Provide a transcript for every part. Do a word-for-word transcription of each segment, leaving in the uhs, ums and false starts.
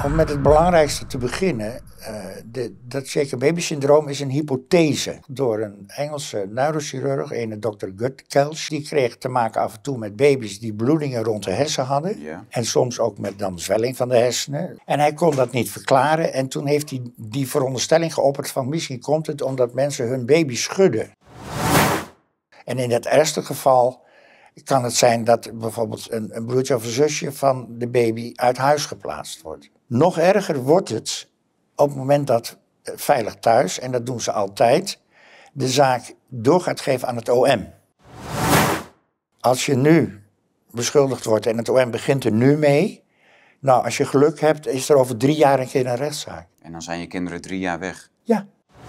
Om met het belangrijkste te beginnen, uh, de, dat shaken baby syndroom is een hypothese door een Engelse neurochirurg, een dokter Gutkelsch. Die kreeg te maken af en toe met baby's die bloedingen rond de hersen hadden. Yeah. En soms ook met dan zwelling van de hersenen. En hij kon dat niet verklaren en toen heeft hij die veronderstelling geopperd van misschien komt het omdat mensen hun baby schudden. En in het ergste geval kan het zijn dat bijvoorbeeld een, een broertje of een zusje van de baby uit huis geplaatst wordt. Nog erger wordt het op het moment dat Veilig Thuis, en dat doen ze altijd, de zaak door gaat geven aan het O M. Als je nu beschuldigd wordt en het O M begint er nu mee, nou als je geluk hebt is er over drie jaar een keer een rechtszaak. En dan zijn je kinderen drie jaar weg. Ja.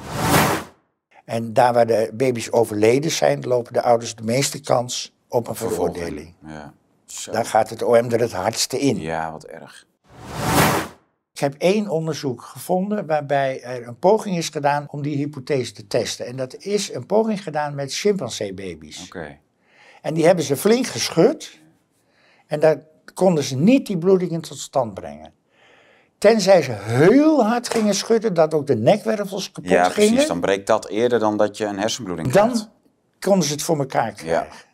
En daar waar de baby's overleden zijn, lopen de ouders de meeste kans op een veroordeling. Ja. Daar gaat het O M er het hardste in. Ja, wat erg. Ik heb één onderzoek gevonden waarbij er een poging is gedaan om die hypothese te testen. En dat is een poging gedaan met chimpanseebaby's. Okay. En die hebben ze flink geschud. En daar konden ze niet die bloedingen tot stand brengen. Tenzij ze heel hard gingen schudden, dat ook de nekwervels kapot gingen. Ja, precies. Gingen. Dan breekt dat eerder dan dat je een hersenbloeding krijgt. Dan konden ze het voor elkaar krijgen. Ja.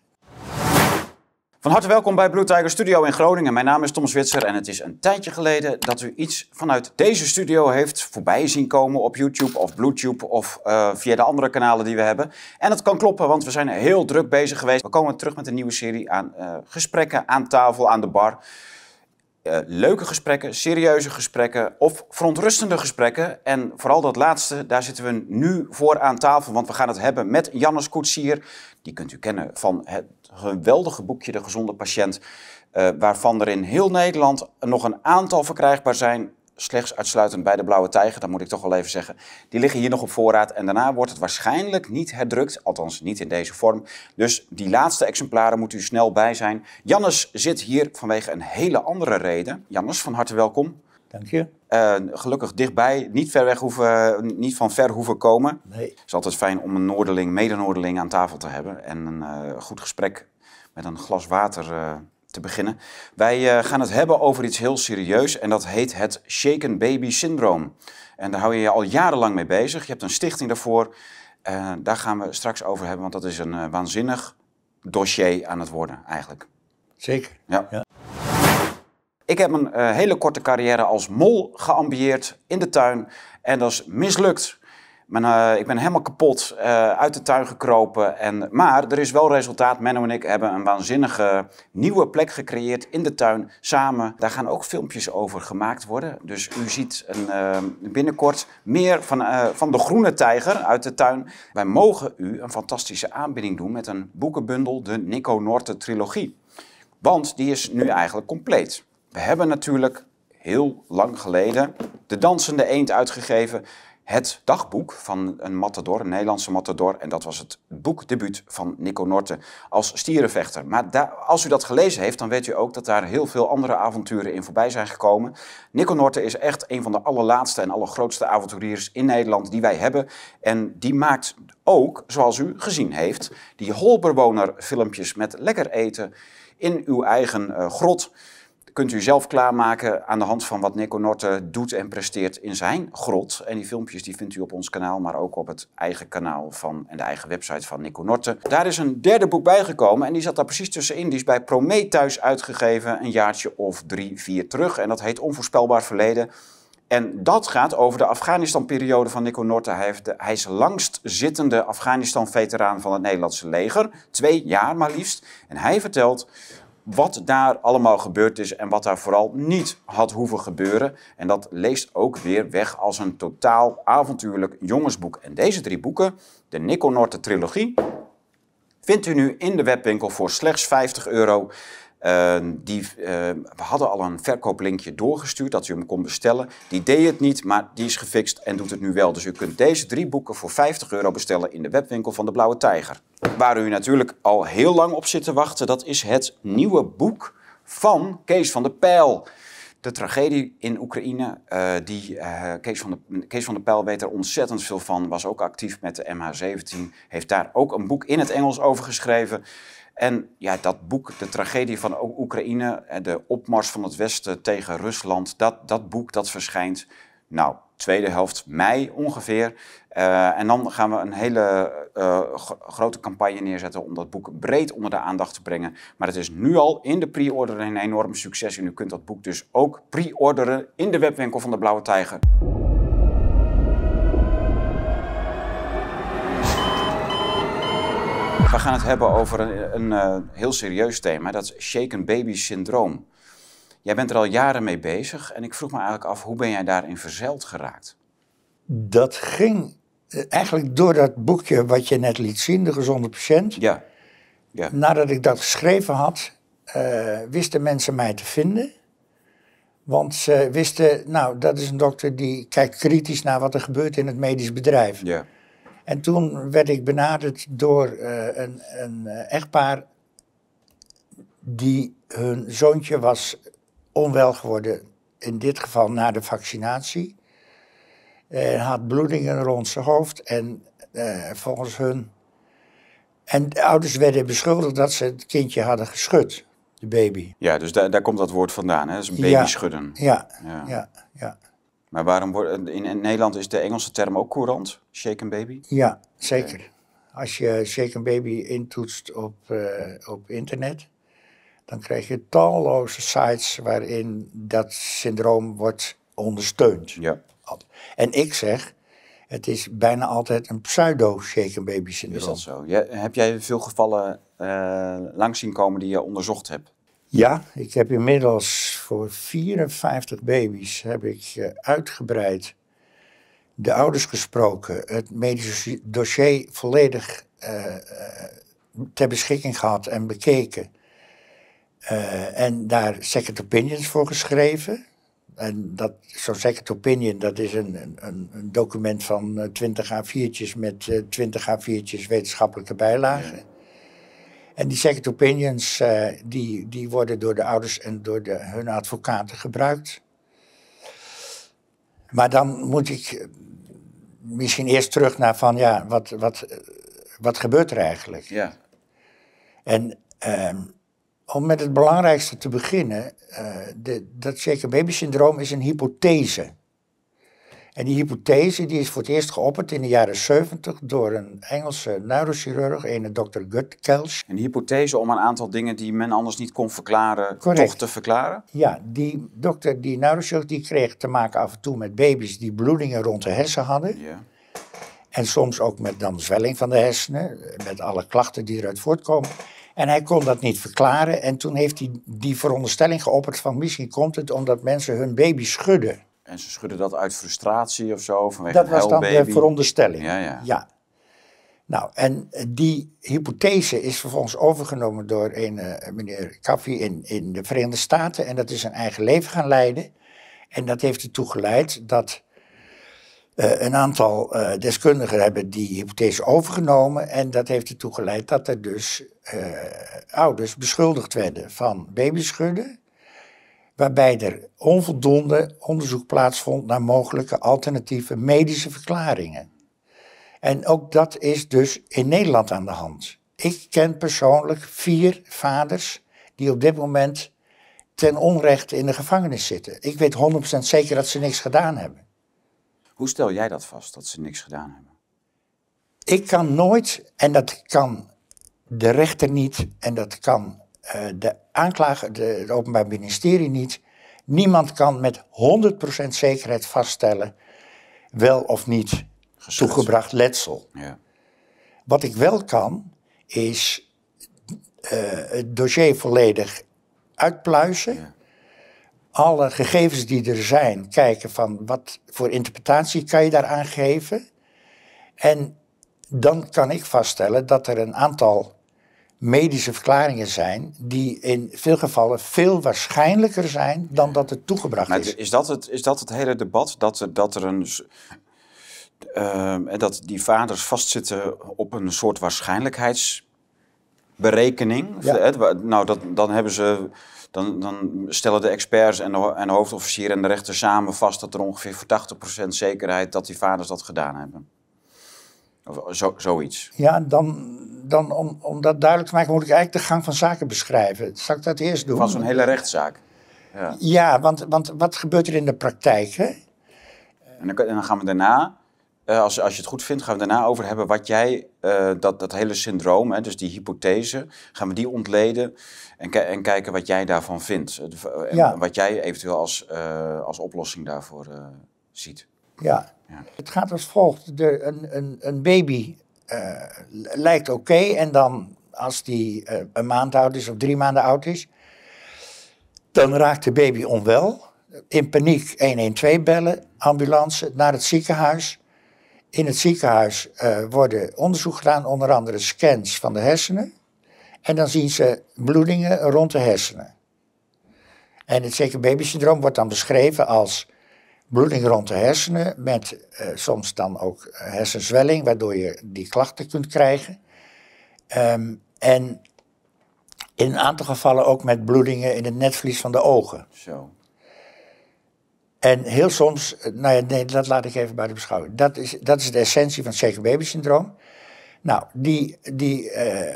Van harte welkom bij Blue Tiger Studio in Groningen. Mijn naam is Tom Zwitser en het is een tijdje geleden dat u iets vanuit deze studio heeft voorbij zien komen op YouTube of BlueTube of uh, via de andere kanalen die we hebben. En dat kan kloppen, want we zijn heel druk bezig geweest. We komen terug met een nieuwe serie aan uh, gesprekken aan tafel, aan de bar. Uh, leuke gesprekken, serieuze gesprekken of verontrustende gesprekken. En vooral dat laatste, daar zitten we nu voor aan tafel. Want we gaan het hebben met Jannes Koetsier. Die kunt u kennen van het geweldige boekje De Gezonde Patiënt. Uh, waarvan er in heel Nederland nog een aantal verkrijgbaar zijn. Slechts uitsluitend bij de Blauwe Tijger, dat moet ik toch wel even zeggen. Die liggen hier nog op voorraad en daarna wordt het waarschijnlijk niet herdrukt. Althans niet in deze vorm. Dus die laatste exemplaren moet u snel bij zijn. Jannes zit hier vanwege een hele andere reden. Jannes, van harte welkom. Dank je. Uh, gelukkig dichtbij, niet, ver weg hoeven, niet van ver hoeven komen. Nee. Het is altijd fijn om een Noorderling, mede-Noorderling aan tafel te hebben. En een uh, goed gesprek met een glas water uh, te beginnen. Wij uh, gaan het hebben over iets heel serieus en dat heet het Shaken Baby Syndroom. En daar hou je je al jarenlang mee bezig. Je hebt een stichting daarvoor. Uh, daar gaan we straks over hebben, want dat is een uh, waanzinnig dossier aan het worden eigenlijk. Zeker. Ja. ja. Ik heb een uh, hele korte carrière als mol geambieerd in de tuin en dat is mislukt. Men, uh, ik ben helemaal kapot uh, uit de tuin gekropen. En, maar er is wel resultaat. Menno en ik hebben een waanzinnige nieuwe plek gecreëerd in de tuin samen. Daar gaan ook filmpjes over gemaakt worden. Dus u ziet een, uh, binnenkort meer van, uh, van de groene tijger uit de tuin. Wij mogen u een fantastische aanbieding doen met een boekenbundel, de Nico Norte trilogie. Want die is nu eigenlijk compleet. We hebben natuurlijk heel lang geleden De Dansende Eend uitgegeven. Het dagboek van een matador, een Nederlandse matador. En dat was het boekdebuut van Nico Norte als stierenvechter. Maar daar, als u dat gelezen heeft, dan weet u ook dat daar heel veel andere avonturen in voorbij zijn gekomen. Nico Norte is echt een van de allerlaatste en allergrootste avonturiers in Nederland die wij hebben. En die maakt ook, zoals u gezien heeft, die holbewoner filmpjes met lekker eten in uw eigen uh, grot. Kunt u zelf klaarmaken aan de hand van wat Nico Norte doet en presteert in zijn grot. En die filmpjes die vindt u op ons kanaal, maar ook op het eigen kanaal van en de eigen website van Nico Norte. Daar is een derde boek bijgekomen en die zat daar precies tussenin. Die is bij Prometheus uitgegeven een jaartje of drie, vier terug. En dat heet Onvoorspelbaar Verleden. En dat gaat over de Afghanistan-periode van Nico Norte. Hij, heeft de, hij is langstzittende Afghanistan-veteraan van het Nederlandse leger. Twee jaar maar liefst. En hij vertelt wat daar allemaal gebeurd is en wat daar vooral niet had hoeven gebeuren. En dat leest ook weer weg als een totaal avontuurlijk jongensboek. En deze drie boeken, de Nico Norte trilogie, vindt u nu in de webwinkel voor slechts vijftig euro. Uh, die, uh, we hadden al een verkooplinkje doorgestuurd dat u hem kon bestellen. Die deed het niet, maar die is gefixt en doet het nu wel. Dus u kunt deze drie boeken voor vijftig euro bestellen in de webwinkel van de Blauwe Tijger. Waar u natuurlijk al heel lang op zit te wachten, dat is het nieuwe boek van Kees van der Pijl. De tragedie in Oekraïne, uh, die, uh, Kees, van de, Kees van der Pijl weet er ontzettend veel van. Was ook actief met de M H zeventien. Heeft daar ook een boek in het Engels over geschreven. En ja, dat boek, de tragedie van O- Oekraïne, de opmars van het Westen tegen Rusland, dat, dat boek dat verschijnt, nou, tweede helft mei ongeveer. Uh, en dan gaan we een hele uh, g- grote campagne neerzetten om dat boek breed onder de aandacht te brengen. Maar het is nu al in de pre-order een enorm succes en u kunt dat boek dus ook pre-orderen in de webwinkel van de Blauwe Tijger. We gaan het hebben over een, een uh, heel serieus thema, dat is shaken baby syndroom. Jij bent er al jaren mee bezig en ik vroeg me eigenlijk af, hoe ben jij daarin verzeild geraakt? Dat ging eigenlijk door dat boekje wat je net liet zien, De Gezonde Patiënt. Ja. Ja. Nadat ik dat geschreven had, uh, wisten mensen mij te vinden. Want ze wisten, nou, dat is een dokter die kijkt kritisch naar wat er gebeurt in het medisch bedrijf. Ja. En toen werd ik benaderd door uh, een, een uh, echtpaar die hun zoontje was onwel geworden, in dit geval na de vaccinatie. Hij uh, had bloedingen rond zijn hoofd en uh, volgens hun... En de ouders werden beschuldigd dat ze het kindje hadden geschud, de baby. Ja, dus daar, daar komt dat woord vandaan, hè? Dat is een baby ja, schudden. Ja, ja, ja, ja. Maar waarom wordt, in, in Nederland is de Engelse term ook courant, shaken baby? Ja, zeker. Okay. Als je shaken baby intoetst op, uh, op internet, dan krijg je talloze sites waarin dat syndroom wordt ondersteund. Ja. En ik zeg, het is bijna altijd een pseudo-shaken baby syndroom. Is dat zo? Ja, heb jij veel gevallen uh, langs zien komen die je onderzocht hebt? Ja, ik heb inmiddels voor vierenvijftig baby's heb ik uh, uitgebreid de ouders gesproken, het medische dossier volledig uh, uh, ter beschikking gehad en bekeken. Uh, en daar second opinions voor geschreven. En dat, zo'n second opinion, dat is een, een, een document van uh, twintig A viertjes met uh, twintig A viertjes wetenschappelijke bijlagen. Ja. En die second opinions, uh, die, die worden door de ouders en door de, hun advocaten gebruikt. Maar dan moet ik misschien eerst terug naar van, ja, wat, wat, wat gebeurt er eigenlijk? Ja. En uh, om met het belangrijkste te beginnen, uh, de, dat shaken baby syndroom is een hypothese. En die hypothese die is voor het eerst geopperd in de jaren zeventig door een Engelse neurochirurg, een dokter Gut Kelsch. Een hypothese om een aantal dingen die men anders niet kon verklaren, Correct. toch te verklaren? Ja, die dokter, die neurochirurg, die kreeg te maken af en toe met baby's die bloedingen rond de hersen hadden. Ja. En soms ook met dan zwelling van de hersenen, met alle klachten die eruit voortkomen. En hij kon dat niet verklaren en toen heeft hij die veronderstelling geopperd van misschien komt het omdat mensen hun baby schudden. En ze schudden dat uit frustratie of zo, vanwege dat een was dan huilbaby. de veronderstelling. Ja, ja. ja. Nou, en die hypothese is vervolgens overgenomen door een uh, meneer Caffey in, in de Verenigde Staten. En dat is zijn eigen leven gaan leiden. En dat heeft ertoe geleid dat uh, een aantal uh, deskundigen hebben die hypothese overgenomen. En dat heeft ertoe geleid dat er dus uh, ouders beschuldigd werden van babyschudden. Waarbij er onvoldoende onderzoek plaatsvond naar mogelijke alternatieve medische verklaringen. En ook dat is dus in Nederland aan de hand. Ik ken persoonlijk vier vaders die op dit moment ten onrechte in de gevangenis zitten. Ik weet honderd procent zeker dat ze niks gedaan hebben. Hoe stel jij dat vast, dat ze niks gedaan hebben? Ik kan nooit, en dat kan de rechter niet, en dat kan uh, de aanklager, de, het Openbaar Ministerie niet. Niemand kan met honderd procent zekerheid vaststellen wel of niet Geschud. toegebracht letsel. Ja. Wat ik wel kan, is uh, het dossier volledig uitpluizen. Ja. Alle gegevens die er zijn, kijken van wat voor interpretatie kan je daaraan geven. En dan kan ik vaststellen dat er een aantal medische verklaringen zijn die in veel gevallen veel waarschijnlijker zijn dan dat het toegebracht maar is. Is dat het, is dat het hele debat? Dat er, dat er een... Uh, dat die vaders vastzitten op een soort waarschijnlijkheidsberekening. Ja. Nou, dat, dan hebben ze... Dan, dan stellen de experts en de, en de hoofdofficier en de rechter samen vast dat er ongeveer voor tachtig procent zekerheid dat die vaders dat gedaan hebben. Of zo, zoiets. Ja, dan, dan om, om dat duidelijk te maken moet ik eigenlijk de gang van zaken beschrijven. Zal ik dat eerst doen? Van zo'n hele rechtszaak. Ja, ja want, want wat gebeurt er in de praktijk? Hè? En, dan, en dan gaan we daarna, uh, als, als je het goed vindt, gaan we daarna over hebben wat jij, uh, dat, dat hele syndroom, hè, dus die hypothese, gaan we die ontleden en, en kijken wat jij daarvan vindt. En ja. Wat jij eventueel als, uh, als oplossing daarvoor uh, ziet. Ja. ja, het gaat als volgt. De, een, een, een baby uh, lijkt oké okay, en dan als die uh, een maand oud is of drie maanden oud is, dan raakt de baby onwel. In paniek honderdtwaalf bellen, ambulance, naar het ziekenhuis. In het ziekenhuis uh, worden onderzoek gedaan, onder andere scans van de hersenen. En dan zien ze bloedingen rond de hersenen. En het zeker baby-syndroom wordt dan beschreven als bloeding rond de hersenen, met uh, soms dan ook hersenzwelling, waardoor je die klachten kunt krijgen. Um, en in een aantal gevallen ook met bloedingen in het netvlies van de ogen. Zo. En heel soms, nou ja, nee, dat laat ik even bij de beschouwing. Dat is, dat is de essentie van het shaken baby syndroom. Nou, die, die, uh, uh,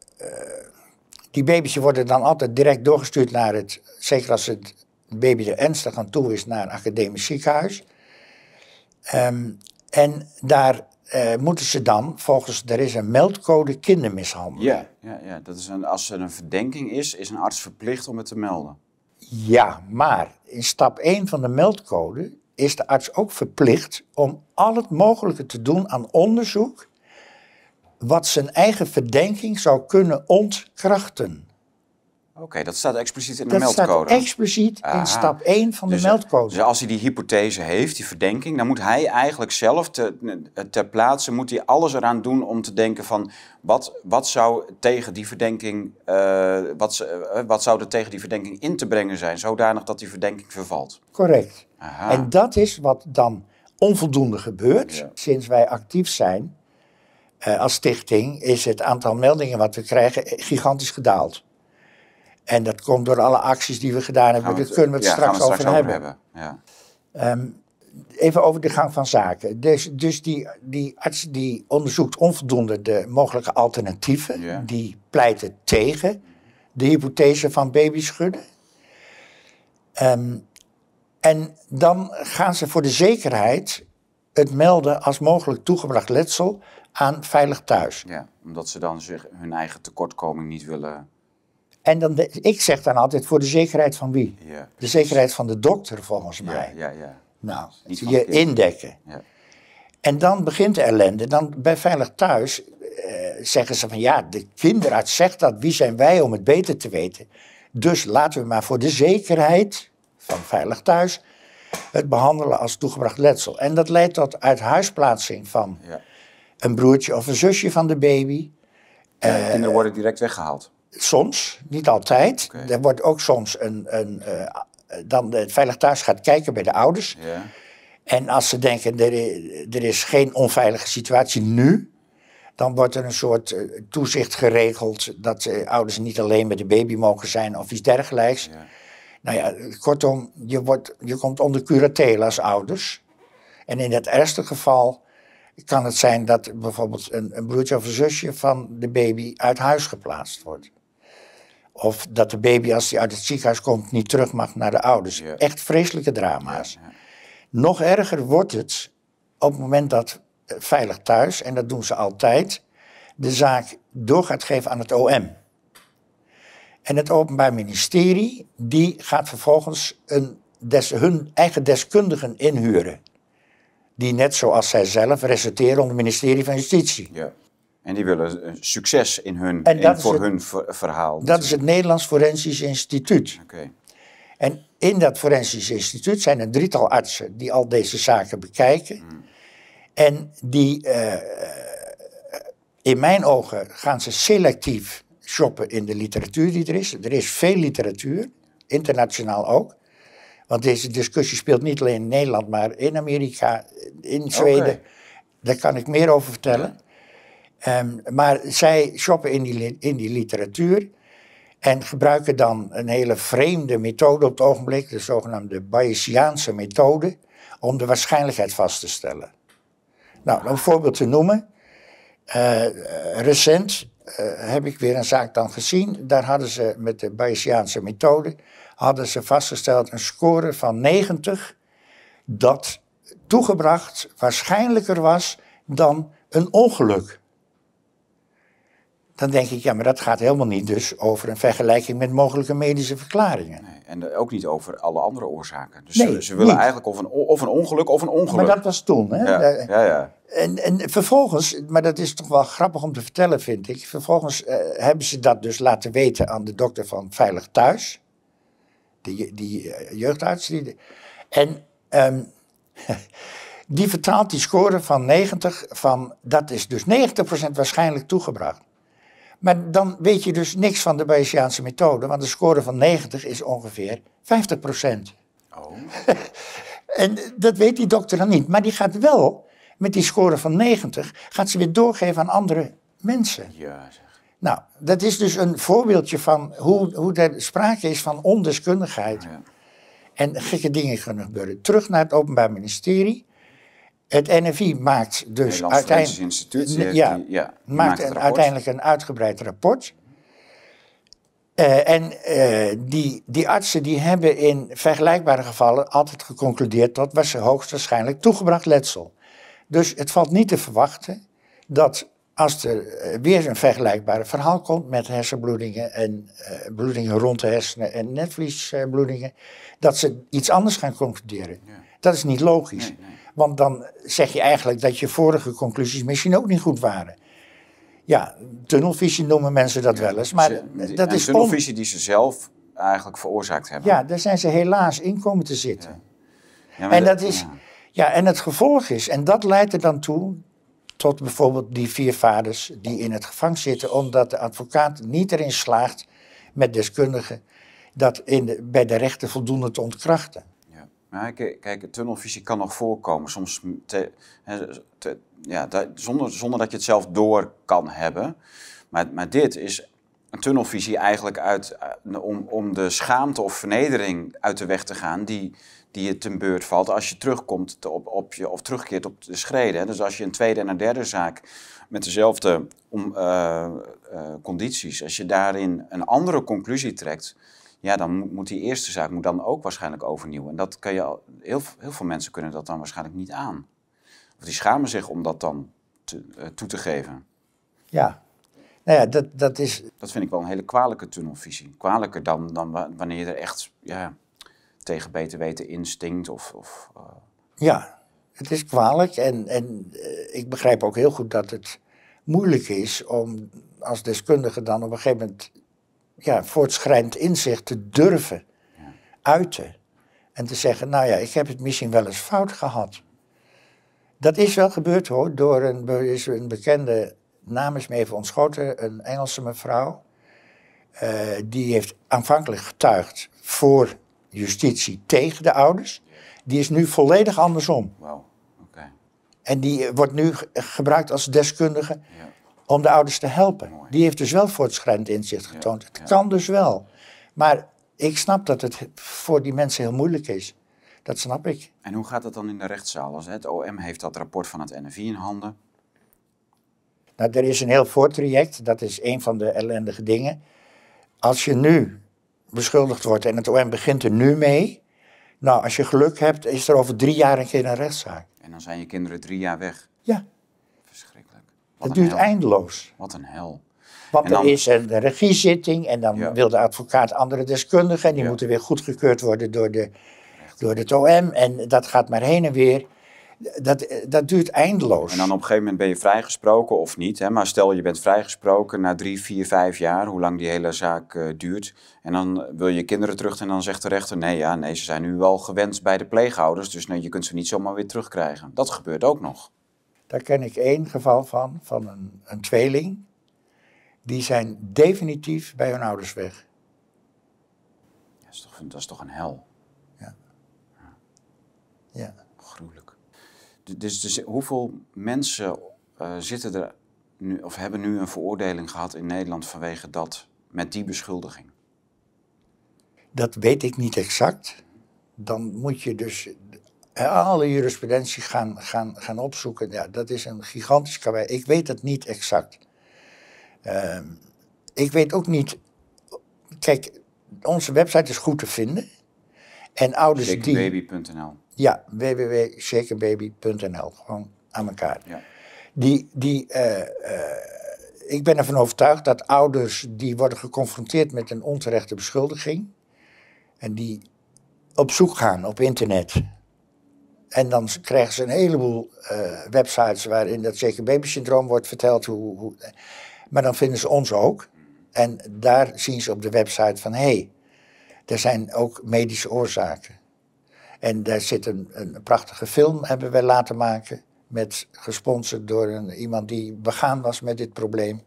die baby's worden dan altijd direct doorgestuurd naar het, zeker als het baby er ernstig aan toe is, naar een academisch ziekenhuis. Um, en daar uh, moeten ze dan, volgens, er is een meldcode kindermishandeling. Ja, ja, ja. Dat is een, als er een verdenking is, is een arts verplicht om het te melden. Ja, maar in stap één van de meldcode is de arts ook verplicht om al het mogelijke te doen aan onderzoek wat zijn eigen verdenking zou kunnen ontkrachten. Oké, okay, dat staat expliciet in de dat meldcode. Dat staat expliciet Aha. in stap één van dus, de meldcode. Dus als hij die hypothese heeft, die verdenking, dan moet hij eigenlijk zelf te, ter plaatse, moet hij alles eraan doen om te denken van wat, wat zou tegen die verdenking, uh, wat, uh, wat zou er tegen die verdenking in te brengen zijn, zodanig dat die verdenking vervalt. Correct. Aha. En dat is wat dan onvoldoende gebeurt. Ja. Sinds wij actief zijn uh, als stichting, is het aantal meldingen wat we krijgen gigantisch gedaald. En dat komt door alle acties die we gedaan hebben. Daar kunnen we het ja, straks, we straks over, over hebben. hebben. Ja. Um, even over de gang van zaken. Dus, dus die, die arts die onderzoekt onvoldoende de mogelijke alternatieven. Ja. Die pleiten tegen de hypothese van babyschudden. Um, en dan gaan ze voor de zekerheid het melden als mogelijk toegebracht letsel aan Veilig Thuis. Ja, omdat ze dan zich hun eigen tekortkoming niet willen... En dan de, ik zeg dan altijd voor de zekerheid van wie? Ja, de zekerheid van de dokter, volgens mij. Ja, ja, ja. Nou, je indekken. Ja. En dan begint de ellende. Dan bij Veilig Thuis uh, zeggen ze van ja, de kinderarts zegt dat. Wie zijn wij om het beter te weten? Dus laten we maar voor de zekerheid van Veilig Thuis het behandelen als toegebracht letsel. En dat leidt tot uithuisplaatsing van ja. een broertje of een zusje van de baby. Ja, de kinderen uh, worden direct weggehaald. Soms, niet altijd. Okay. Er wordt ook soms een, een uh, dan het Veilig Thuis gaat kijken bij de ouders. Ja. En als ze denken, er is, er is geen onveilige situatie nu, dan wordt er een soort uh, toezicht geregeld dat uh, ouders niet alleen met de baby mogen zijn of iets dergelijks. Ja. Nou ja, kortom, je, wordt, je komt onder curatele als ouders. En in het ergste geval kan het zijn dat bijvoorbeeld een, een broertje of een zusje van de baby uit huis geplaatst wordt. Of dat de baby, als hij uit het ziekenhuis komt, niet terug mag naar de ouders. Ja. Echt vreselijke drama's. Ja, ja. Nog erger wordt het op het moment dat Veilig Thuis, en dat doen ze altijd, de zaak door gaat geven aan het O M. En het Openbaar Ministerie, die gaat vervolgens een des, hun eigen deskundigen inhuren. Die net zoals zij zelf resorteren onder het ministerie van Justitie. Ja. En die willen succes in hun, in, voor het, hun verhaal. Dat is het Nederlands Forensisch Instituut. Okay. En in dat Forensisch Instituut zijn een drietal artsen die al deze zaken bekijken. Hmm. En die, uh, in mijn ogen, gaan ze selectief shoppen in de literatuur die er is. Er is veel literatuur, internationaal ook. Want deze discussie speelt niet alleen in Nederland, maar in Amerika, in Zweden. Okay. Daar kan ik meer over vertellen. Um, maar zij shoppen in die, in die literatuur en gebruiken dan een hele vreemde methode op het ogenblik, de zogenaamde Bayesiaanse methode, om de waarschijnlijkheid vast te stellen. Nou, om een voorbeeld te noemen. Uh, recent uh, heb ik weer een zaak dan gezien. Daar hadden ze met de Bayesiaanse methode hadden ze vastgesteld een score van negentig dat toegebracht waarschijnlijker was dan een ongeluk. Dan denk ik, ja, maar dat gaat helemaal niet dus over een vergelijking met mogelijke medische verklaringen. Nee, en ook niet over alle andere oorzaken. Dus nee, ze, ze willen niet. eigenlijk of een, of een ongeluk of een ongeluk. Maar dat was toen, hè? Ja, ja, ja. En, en vervolgens, maar dat is toch wel grappig om te vertellen, vind ik. Vervolgens uh, hebben ze dat dus laten weten aan de dokter van Veilig Thuis. Die, die uh, jeugdarts. Die, en um, die vertaalt die score van negentig van, dat is dus negentig procent waarschijnlijk toegebracht. Maar dan weet je dus niks van de Bayesiaanse methode, want de score van negentig is ongeveer vijftig procent. Oh. En dat weet die dokter dan niet. Maar die gaat wel, met die score van negentig, gaat ze weer doorgeven aan andere mensen. Ja, zeg. Nou, dat is dus een voorbeeldje van hoe, hoe er sprake is van ondeskundigheid. Ja. En gekke dingen kunnen gebeuren. Terug naar het Openbaar Ministerie. Het N F I maakt dus uiteindelijk, Instituut, ja, die, ja, die maakt een, uiteindelijk een uitgebreid rapport. Uh, en uh, die, die artsen die hebben in vergelijkbare gevallen altijd geconcludeerd dat was hoogstwaarschijnlijk toegebracht letsel. Dus het valt niet te verwachten dat als er uh, weer een vergelijkbaar verhaal komt met hersenbloedingen en uh, bloedingen rond de hersenen en netvliesbloedingen, dat ze iets anders gaan concluderen. Ja. Dat is niet logisch. Nee, nee. Want dan zeg je eigenlijk dat je vorige conclusies misschien ook niet goed waren. Ja, tunnelvisie noemen mensen dat ja, wel eens. Maar ze, dat is tunnelvisie on... die ze zelf eigenlijk veroorzaakt hebben. Ja, daar zijn ze helaas in komen te zitten. Ja. Ja, en, dat is, ja. Ja, en het gevolg is, en dat leidt er dan toe tot bijvoorbeeld die vier vaders die in het gevangen zitten, omdat de advocaat niet erin slaagt met deskundigen dat in de, bij de rechter voldoende te ontkrachten. Ja, kijk, kijk, tunnelvisie kan nog voorkomen, soms te, te, ja, te, zonder, zonder dat je het zelf door kan hebben. Maar, maar dit is een tunnelvisie eigenlijk uit, om, om de schaamte of vernedering uit de weg te gaan die, die je ten beurt valt als je terugkomt te, op, op je, of terugkeert op de schreden. Dus als je een tweede en een derde zaak met dezelfde om, uh, uh, condities, als je daarin een andere conclusie trekt, ja, dan moet die eerste zaak moet dan ook waarschijnlijk overnieuw. En dat kan je al, heel, heel veel mensen kunnen dat dan waarschijnlijk niet aan. Of die schamen zich om dat dan te, uh, toe te geven. Ja, nou ja, dat, dat is... Dat vind ik wel een hele kwalijke tunnelvisie. Kwalijker dan, dan wanneer je er echt ja, tegen beter weten instinct of... of uh... Ja, het is kwalijk en, en uh, ik begrijp ook heel goed dat het moeilijk is om als deskundige dan op een gegeven moment ja, voortschrijdend inzicht te durven ja. uiten. En te zeggen, nou ja, ik heb het misschien wel eens fout gehad. Dat is wel gebeurd hoor, door een, is een bekende, naam is me even ontschoten, een Engelse mevrouw. Uh, die heeft aanvankelijk getuigd voor justitie tegen de ouders. Die is nu volledig andersom. Wow. Okay. En die wordt nu gebruikt als deskundige ja. om de ouders te helpen. Mooi. Die heeft dus wel voortschrijdend inzicht getoond. Ja. Het ja. kan dus wel. Maar ik snap dat het voor die mensen heel moeilijk is. Dat snap ik. En hoe gaat het dan in de rechtszaal? Als het O M heeft dat rapport van het N F I in handen. Nou, er is een heel voortraject. Dat is een van de ellendige dingen. Als je nu beschuldigd wordt en het O M begint er nu mee. Nou, als je geluk hebt, is er over drie jaar een keer een rechtszaak. En dan zijn je kinderen drie jaar weg. Ja. Verschrikkelijk. Wat dat duurt hel. eindeloos. Wat een hel. Want dan, er is een regiezitting en dan ja. wil de advocaat andere deskundigen. En die ja. moeten weer goedgekeurd worden door, de, door het O M. En dat gaat maar heen en weer. Dat, dat duurt eindeloos. En dan op een gegeven moment ben je vrijgesproken of niet. Hè? Maar stel je bent vrijgesproken na drie, vier, vijf jaar, hoe lang die hele zaak uh, duurt. En dan wil je kinderen terug en dan zegt de rechter, nee, ja, nee, ze zijn nu wel gewenst bij de pleegouders. Dus nee, je kunt ze niet zomaar weer terugkrijgen. Dat gebeurt ook nog. Daar ken ik één geval van, van een, een tweeling. Die zijn definitief bij hun ouders weg. Dat is toch, dat is toch een hel? Ja. Ja. Gruwelijk. Dus, dus hoeveel mensen uh, zitten er nu, of hebben nu een veroordeling gehad in Nederland vanwege dat, met die beschuldiging? Dat weet ik niet exact. Dan moet je dus uh, alle jurisprudentie gaan, gaan, gaan opzoeken. Ja, dat is een gigantisch karwei. Ik weet het niet exact. Uh, ik weet ook niet... Kijk, onze website is goed te vinden. En ouders die... shakenbaby punt n l. Ja, w w w punt shakenbaby punt n l. Gewoon aan elkaar. Ja. Die... die uh, uh, ik ben ervan overtuigd dat ouders die worden geconfronteerd met een onterechte beschuldiging... en die op zoek gaan op internet... en dan krijgen ze een heleboel uh, websites waarin dat shaken baby syndroom wordt verteld... Hoe, hoe, maar dan vinden ze ons ook. En daar zien ze op de website van... hé, hey, er zijn ook medische oorzaken. En daar zit een, een prachtige film, hebben wij laten maken... met gesponsord door een, iemand die begaan was met dit probleem.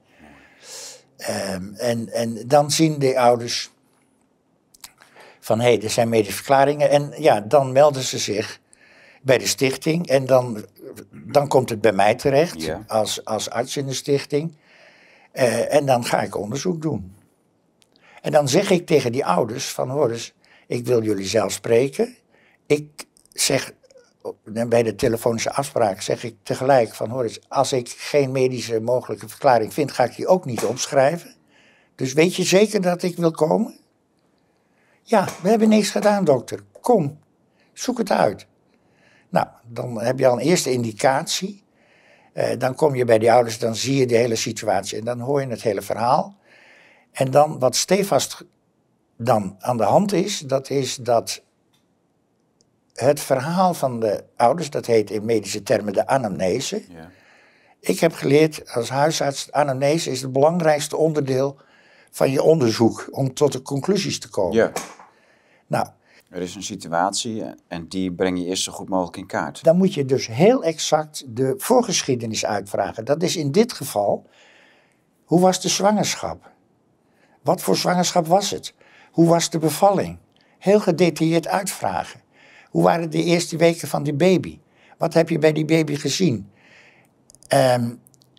Um, en, en dan zien de ouders van, hé, hey, er zijn medische verklaringen. En ja, dan melden ze zich bij de stichting. En dan, dan komt het bij mij terecht, Ja. als, als arts in de stichting. Uh, en dan ga ik onderzoek doen. En dan zeg ik tegen die ouders van, hoor eens, ik wil jullie zelf spreken. Ik zeg... bij de telefonische afspraak zeg ik tegelijk van... hoor eens, als ik geen medische mogelijke verklaring vind... ga ik die ook niet opschrijven. Dus weet je zeker dat ik wil komen? Ja, we hebben niks gedaan, dokter. Kom, zoek het uit. Nou, dan heb je al een eerste indicatie. Uh, dan kom je bij die ouders, dan zie je de hele situatie... en dan hoor je het hele verhaal. En dan, wat stevast dan aan de hand is... dat is dat... het verhaal van de ouders, dat heet in medische termen de anamnese. Ja. Ik heb geleerd als huisarts, de anamnese is het belangrijkste onderdeel van je onderzoek, om tot de conclusies te komen. Ja. Nou, er is een situatie en die breng je eerst zo goed mogelijk in kaart. Dan moet je dus heel exact de voorgeschiedenis uitvragen. Dat is in dit geval, hoe was de zwangerschap? Wat voor zwangerschap was het? Hoe was de bevalling? Heel gedetailleerd uitvragen. Hoe waren de eerste weken van die baby? Wat heb je bij die baby gezien? Um,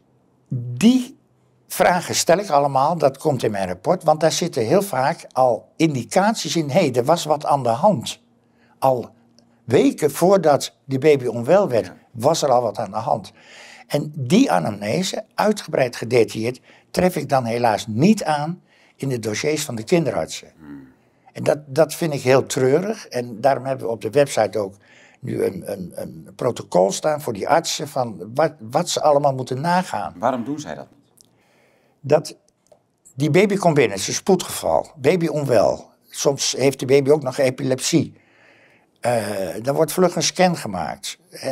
die vragen stel ik allemaal, dat komt in mijn rapport, want daar zitten heel vaak al indicaties in. Hé, hey, er was wat aan de hand. Al weken voordat die baby onwel werd, ja. was er al wat aan de hand. En die anamnese, uitgebreid gedetailleerd, tref ik dan helaas niet aan in de dossiers van de kinderartsen. Hmm. En dat, dat vind ik heel treurig. En daarom hebben we op de website ook nu een, een, een protocol staan voor die artsen van wat, wat ze allemaal moeten nagaan. Waarom doen zij dat niet? Dat die baby komt binnen, het is een spoedgeval, baby onwel. Soms heeft de baby ook nog epilepsie. Uh, dan wordt vlug een scan gemaakt. Uh,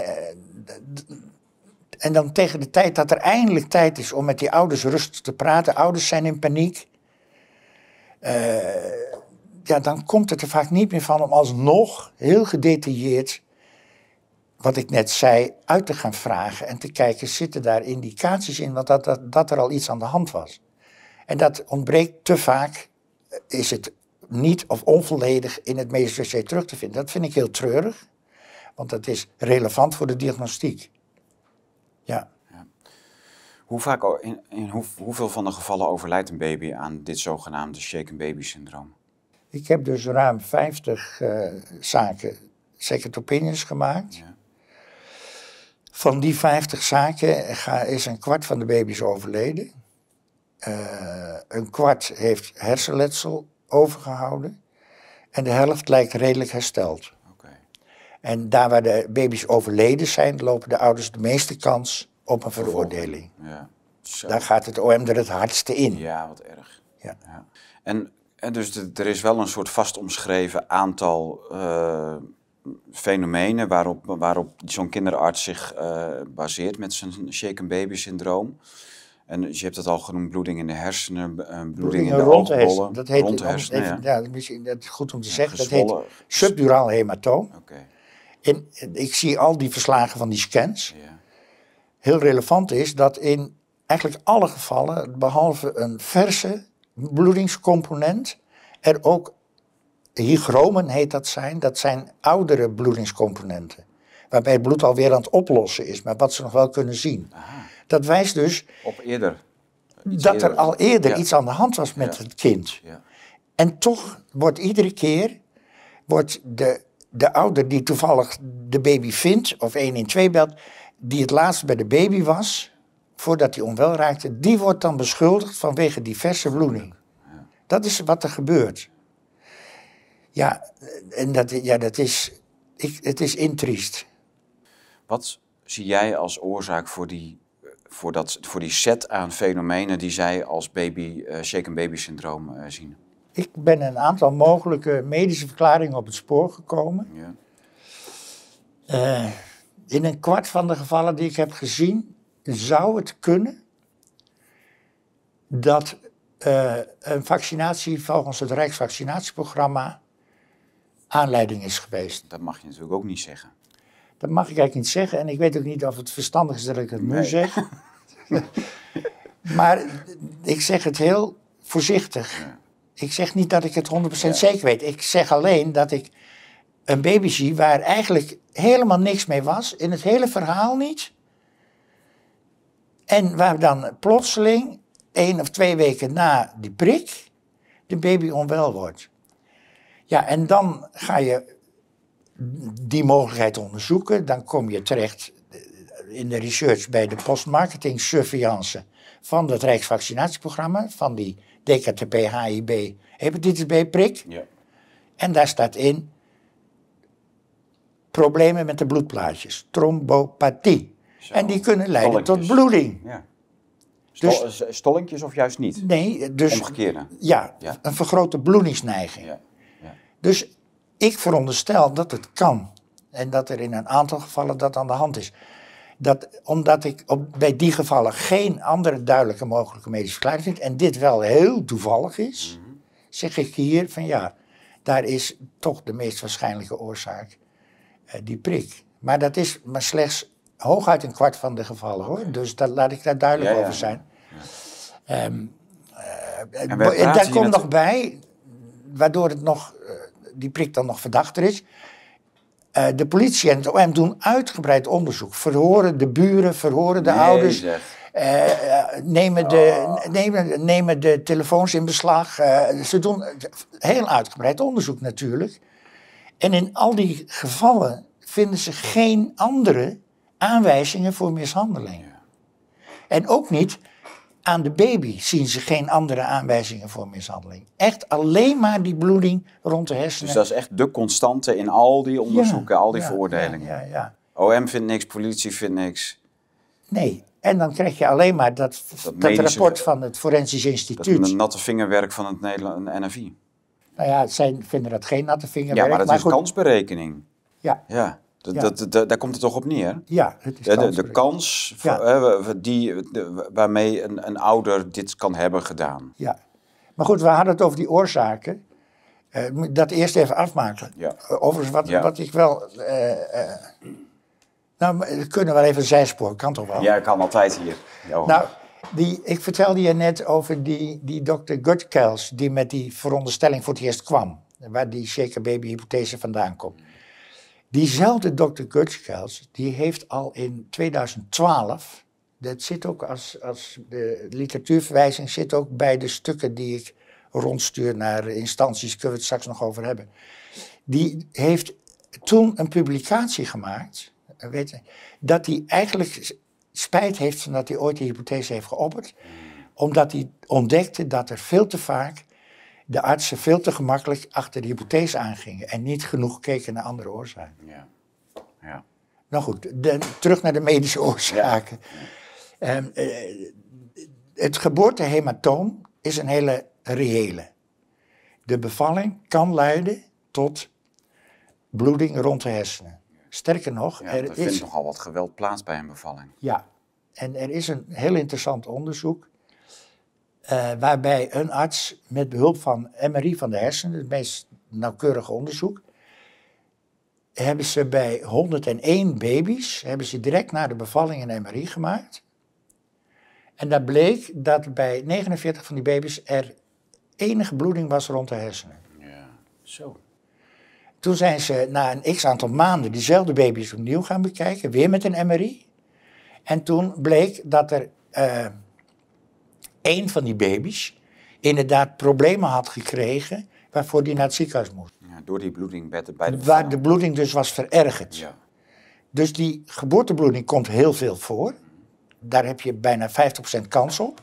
en dan tegen de tijd dat er eindelijk tijd is om met die ouders rustig te praten, ouders zijn in paniek. Uh, ja, dan komt het er vaak niet meer van om alsnog heel gedetailleerd, wat ik net zei, uit te gaan vragen en te kijken, zitten daar indicaties in, want dat, dat, dat er al iets aan de hand was. En dat ontbreekt te vaak, is het niet of onvolledig in het medisch dossier terug te vinden. Dat vind ik heel treurig, want dat is relevant voor de diagnostiek. Ja. Ja. Hoe vaak, in, in hoe, hoeveel van de gevallen overlijdt een baby aan dit zogenaamde shaken baby syndroom? Ik heb dus ruim vijftig uh, zaken second opinions gemaakt. Ja. Van die vijftig zaken ga, is een kwart van de baby's overleden. Uh, een kwart heeft hersenletsel overgehouden. En de helft lijkt redelijk hersteld. Okay. En daar waar de baby's overleden zijn, lopen de ouders de meeste kans op een veroordeling. Ja. Daar gaat het O M er het hardste in. Ja, wat erg. Ja. Ja. En, en dus de, er is wel een soort vast omschreven aantal uh, fenomenen waarop, waarop zo'n kinderarts zich uh, baseert met zijn shaken baby syndroom. En dus je hebt het al genoemd, bloeding in de hersenen, bloeding, bloeding in de rond de hersenen. Dat heet rond de hersenen, even, ja. ja, misschien, dat is goed om te zeggen. Ja, dat heet subduraal hematoom. Okay. En ik zie al die verslagen van die scans. Ja. Heel relevant is dat in eigenlijk alle gevallen, behalve een verse bloedingscomponent, er ook hygromen heet dat zijn. Dat zijn oudere bloedingscomponenten. Waarbij het bloed alweer aan het oplossen is, maar wat ze nog wel kunnen zien. Aha. Dat wijst dus op eerder. Iets dat eerder. er al eerder ja. iets aan de hand was met ja. het kind. Ja. En toch wordt iedere keer wordt de de ouder die toevallig de baby vindt, of één in twee belt, die het laatst bij de baby was, voordat hij onwel raakte, die wordt dan beschuldigd vanwege diverse bloeding. Ja. Dat is wat er gebeurt. Ja, en dat, ja, dat is, ik, het is intriest. Wat zie jij als oorzaak voor die, voor dat, voor die set aan fenomenen die zij als baby, uh, shaken baby syndroom uh, zien? Ik ben een aantal mogelijke medische verklaringen op het spoor gekomen. Ja. Uh, in een kwart van de gevallen die ik heb gezien, zou het kunnen dat uh, een vaccinatie volgens het Rijksvaccinatieprogramma aanleiding is geweest. Dat mag je natuurlijk ook niet zeggen. Dat mag ik eigenlijk niet zeggen en ik weet ook niet of het verstandig is dat ik het nee. nu zeg. Maar ik zeg het heel voorzichtig. Ja. Ik zeg niet dat ik het honderd procent ja. zeker weet. Ik zeg alleen dat ik een baby zie waar eigenlijk helemaal niks mee was. In het hele verhaal niet. En waar dan plotseling, één of twee weken na die prik, de baby onwel wordt. Ja, en dan ga je die mogelijkheid onderzoeken. Dan kom je terecht in de research bij de postmarketing surveillance van het Rijksvaccinatieprogramma, van die D K T P H I B hepatitis B prik. Ja. En daar staat in problemen met de bloedplaatjes, trombopathie. Zo. En die kunnen leiden tot bloeding. Ja. Stol, dus, stollinkjes of juist niet? Nee, dus omgekeerde. Ja, ja, een vergrote bloedingsneiging. Ja. Ja. Dus ik veronderstel dat het kan. En dat er in een aantal gevallen dat aan de hand is. Dat, omdat ik op, bij die gevallen geen andere duidelijke mogelijke medische verklaring vind, en dit wel heel toevallig is, mm-hmm. zeg ik hier van ja, daar is toch de meest waarschijnlijke oorzaak uh, die prik. Maar dat is maar slechts hooguit een kwart van de gevallen hoor, dus dat, laat ik daar duidelijk ja, ja. over zijn. Ja. Um, uh, en en daar komt nog bij, waardoor het nog, uh, die prik dan nog verdachter is. Uh, de politie en het O M doen uitgebreid onderzoek. Verhoren de buren, verhoren de nee, ouders. Uh, uh, nemen, de, oh. nemen, nemen de telefoons in beslag. Uh, ze doen heel uitgebreid onderzoek natuurlijk. En in al die gevallen vinden ze geen andere aanwijzingen voor mishandeling. Ja. En ook niet aan de baby zien ze geen andere aanwijzingen voor mishandeling. Echt alleen maar die bloeding rond de hersenen. Dus dat is echt de constante in al die onderzoeken, ja, al die ja, veroordelingen. Ja, ja, ja. O M vindt niks, politie vindt niks. Nee, en dan krijg je alleen maar dat, dat, dat rapport van het Forensisch Instituut. Dat is een natte vingerwerk van het Nederlandse N F I. Nou ja, zij vinden dat geen natte vingerwerk. Ja, maar dat maar is goed. Kansberekening. Ja. Ja. Dat, ja. dat, dat, daar komt het toch op neer? Ja, het is de, de, de kans ja. uh, die, de, waarmee een, een ouder dit kan hebben gedaan. Ja, maar goed, we hadden het over die oorzaken. Uh, dat eerst even afmaken. Ja. Uh, overigens, wat, ja. wat ik wel... Uh, uh, nou, we kunnen wel even een zijspoor, kan toch wel? Ja, kan altijd hier. Jo. Nou, die, ik vertelde je net over die, die dokter Gutkelsch, die met die veronderstelling voor het eerst kwam. Waar die shaken baby hypothese vandaan komt. Diezelfde dokter Gutkelsch, die heeft al in tweeduizend twaalf, dat zit ook als, als de literatuurverwijzing, zit ook bij de stukken die ik rondstuur naar instanties, kunnen we het straks nog over hebben. Die heeft toen een publicatie gemaakt, weet je, dat hij eigenlijk spijt heeft van dat hij ooit die hypothese heeft geopperd, omdat hij ontdekte dat er veel te vaak de artsen veel te gemakkelijk achter de hypothese aangingen en niet genoeg keken naar andere oorzaken. Ja. Ja. Nou goed, de, terug naar de medische oorzaken. Ja. Um, uh, het geboortehematoom is een hele reële. De bevalling kan leiden tot bloeding rond de hersenen. Sterker nog, ja, er er is... vindt nogal wat geweld plaats bij een bevalling. Ja, en er is een heel interessant onderzoek. Uh, waarbij een arts met behulp van M R I van de hersenen, het meest nauwkeurige onderzoek, hebben ze bij honderdéén baby's, hebben ze direct na de bevalling een M R I gemaakt. En daar bleek dat bij negenenveertig van die baby's er enige bloeding was rond de hersenen. Ja, zo. Toen zijn ze na een x-aantal maanden diezelfde baby's opnieuw gaan bekijken, weer met een M R I. En toen bleek dat er... Uh, Eén van die baby's inderdaad problemen had gekregen waarvoor die naar het ziekenhuis moest. Ja, door die bloeding bij de, bij de waar de bloeding dus was verergerd. Ja. Dus die geboortebloeding komt heel veel voor. Daar heb je bijna vijftig procent kans op.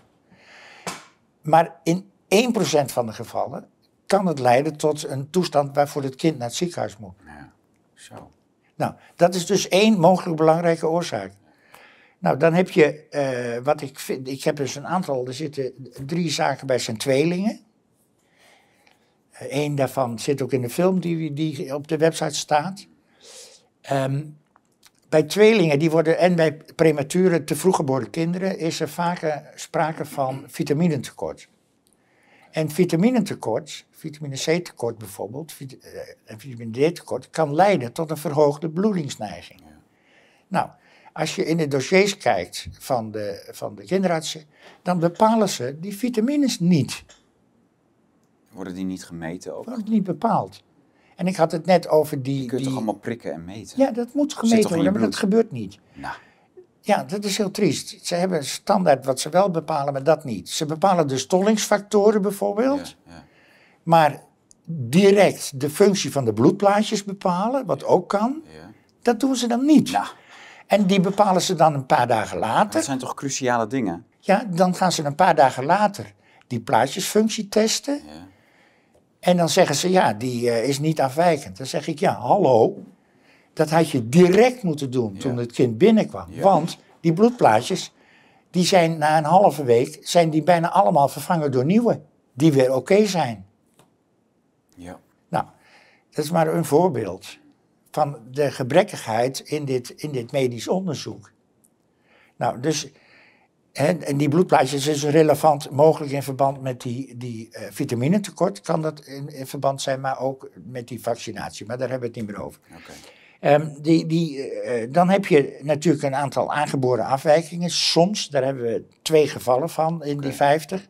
Maar in één procent van de gevallen kan het leiden tot een toestand waarvoor het kind naar het ziekenhuis moet. Ja, zo. Nou, dat is dus één mogelijk belangrijke oorzaak. Nou, dan heb je, uh, wat ik vind, ik heb dus een aantal, er zitten drie zaken bij zijn tweelingen. Eén uh, daarvan zit ook in de film die, die op de website staat. Um, bij tweelingen die worden, en bij premature te vroeg geboren kinderen, is er vaker sprake van vitaminetekort. En vitaminetekort, vitamine C tekort bijvoorbeeld, vit, uh, en vitamine D tekort, kan leiden tot een verhoogde bloedingsneiging. Ja. Nou, als je in de dossiers kijkt van de, van de kinderartsen, dan bepalen ze die vitamines niet. Worden die niet gemeten ook? Wordt niet bepaald. En ik had het net over die... Je kunt die... toch allemaal prikken en meten? Ja, dat moet gemeten worden, maar dat gebeurt niet. Nou. Ja, dat is heel triest. Ze hebben standaard wat ze wel bepalen, maar dat niet. Ze bepalen de stollingsfactoren bijvoorbeeld. Ja, ja. Maar direct de functie van de bloedplaatjes bepalen, wat ook kan, ja. dat doen ze dan niet. Nou. En die bepalen ze dan een paar dagen later. Dat zijn toch cruciale dingen? Ja, dan gaan ze een paar dagen later die plaatjesfunctie testen. Ja. En dan zeggen ze, ja, die uh, is niet afwijkend. Dan zeg ik, ja, hallo. Dat had je direct moeten doen ja. toen het kind binnenkwam. Ja. Want die bloedplaatjes, die zijn na een halve week, zijn die bijna allemaal vervangen door nieuwe. Die weer oké okay zijn. Ja. Nou, dat is maar een voorbeeld van de gebrekkigheid in dit, in dit medisch onderzoek. Nou, dus, hè, en die bloedplaatjes is relevant, mogelijk in verband met die, die uh, vitaminetekort, kan dat in, in verband zijn, maar ook met die vaccinatie. Maar daar hebben we het niet meer over. Okay. Um, die, die, uh, dan heb je natuurlijk een aantal aangeboren afwijkingen. Soms, daar hebben we twee gevallen van in okay. die vijftig.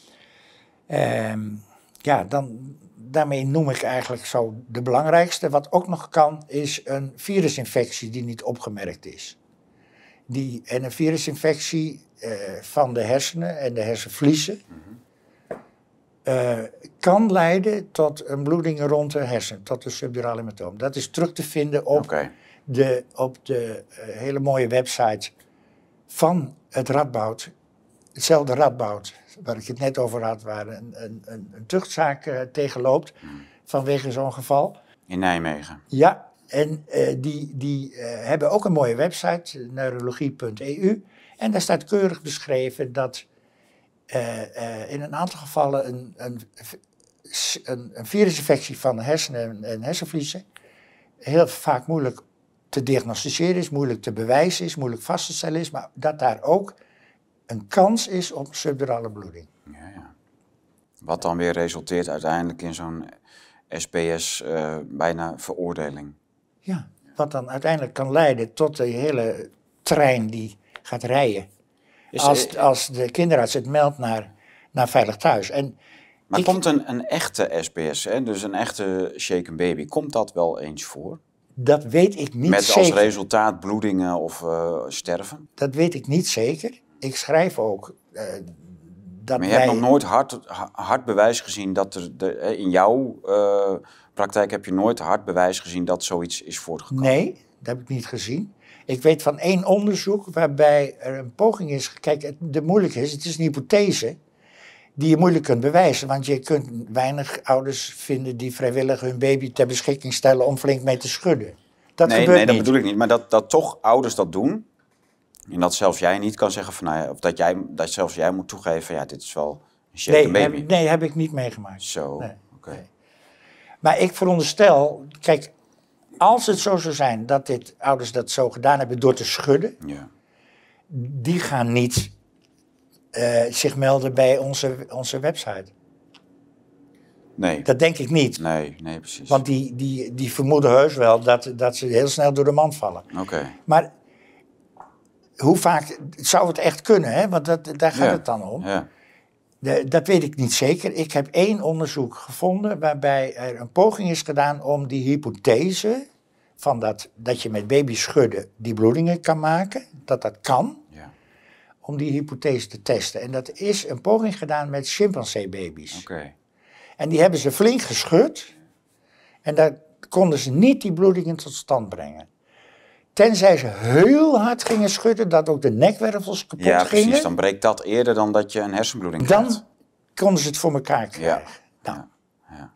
Um, ja, dan... Daarmee noem ik eigenlijk zo de belangrijkste. Wat ook nog kan, is een virusinfectie die niet opgemerkt is. Die, en een virusinfectie uh, van de hersenen en de hersenvliezen uh, kan leiden tot een bloeding rond de hersenen, tot een subduraal hematoom. Dat is terug te vinden op okay. de, op de uh, hele mooie website van het Radboud. Hetzelfde Radboud, waar ik het net over had, waar een, een, een tuchtzaak uh, tegenloopt hmm. vanwege zo'n geval. In Nijmegen. Ja, en uh, die, die uh, hebben ook een mooie website, neurologie punt e u. En daar staat keurig beschreven dat uh, uh, in een aantal gevallen een, een, een, een virusinfectie van de hersenen en hersenvliezen heel vaak moeilijk te diagnosticeren is, moeilijk te bewijzen is, moeilijk vast te stellen is, maar dat daar ook een kans is op subdurale bloeding. Ja, ja. Wat dan weer resulteert uiteindelijk in zo'n S P S uh, bijna veroordeling. Ja, wat dan uiteindelijk kan leiden tot de hele trein die gaat rijden. Is, als, uh, als de kinderarts het meldt naar, naar Veilig Thuis. En maar ik, komt een, een echte S P S, hè, dus een echte shaken baby, komt dat wel eens voor? Dat weet ik niet Met zeker. Met als resultaat bloedingen of uh, sterven? Dat weet ik niet zeker. Ik schrijf ook uh, dat Maar je wij... hebt nog nooit hard, hard bewijs gezien dat er... De, in jouw uh, praktijk heb je nooit hard bewijs gezien dat zoiets is voortgekomen? Nee, dat heb ik niet gezien. Ik weet van één onderzoek waarbij er een poging is... Kijk, het, de moeilijke is, het is een hypothese die je moeilijk kunt bewijzen. Want je kunt weinig ouders vinden die vrijwillig hun baby ter beschikking stellen om flink mee te schudden. Dat nee, gebeurt nee, dat niet. bedoel ik niet. Maar dat, dat toch ouders dat doen... En dat zelfs jij niet kan zeggen van, nou ja, of dat, jij, dat zelfs jij moet toegeven, ja, dit is wel een shaken nee, baby. Heb, nee, heb ik niet meegemaakt. Zo, nee, oké. Okay. Nee. Maar ik veronderstel, kijk, als het zo zou zijn dat dit, ouders dat zo gedaan hebben door te schudden, ja. die gaan niet uh, zich melden bij onze, onze website. Nee. Dat denk ik niet. Nee, nee, precies. Want die, die, die vermoeden heus wel dat, dat ze heel snel door de mand vallen. Oké. Okay. Maar hoe vaak zou het echt kunnen, hè? Want dat, daar gaat ja. het dan om. Ja. De, dat weet ik niet zeker. Ik heb één onderzoek gevonden waarbij er een poging is gedaan om die hypothese van dat, dat je met baby's schudden die bloedingen kan maken, dat dat kan, ja. om die hypothese te testen. En dat is een poging gedaan met chimpanseebaby's. Okay. En die hebben ze flink geschud En daar konden ze niet die bloedingen tot stand brengen. Tenzij ze heel hard gingen schudden, dat ook de nekwervels kapot ja, precies. gingen. Dan breekt dat eerder dan dat je een hersenbloeding krijgt. Dan konden ze het voor elkaar krijgen. Ja. Nou, Ja. Ja.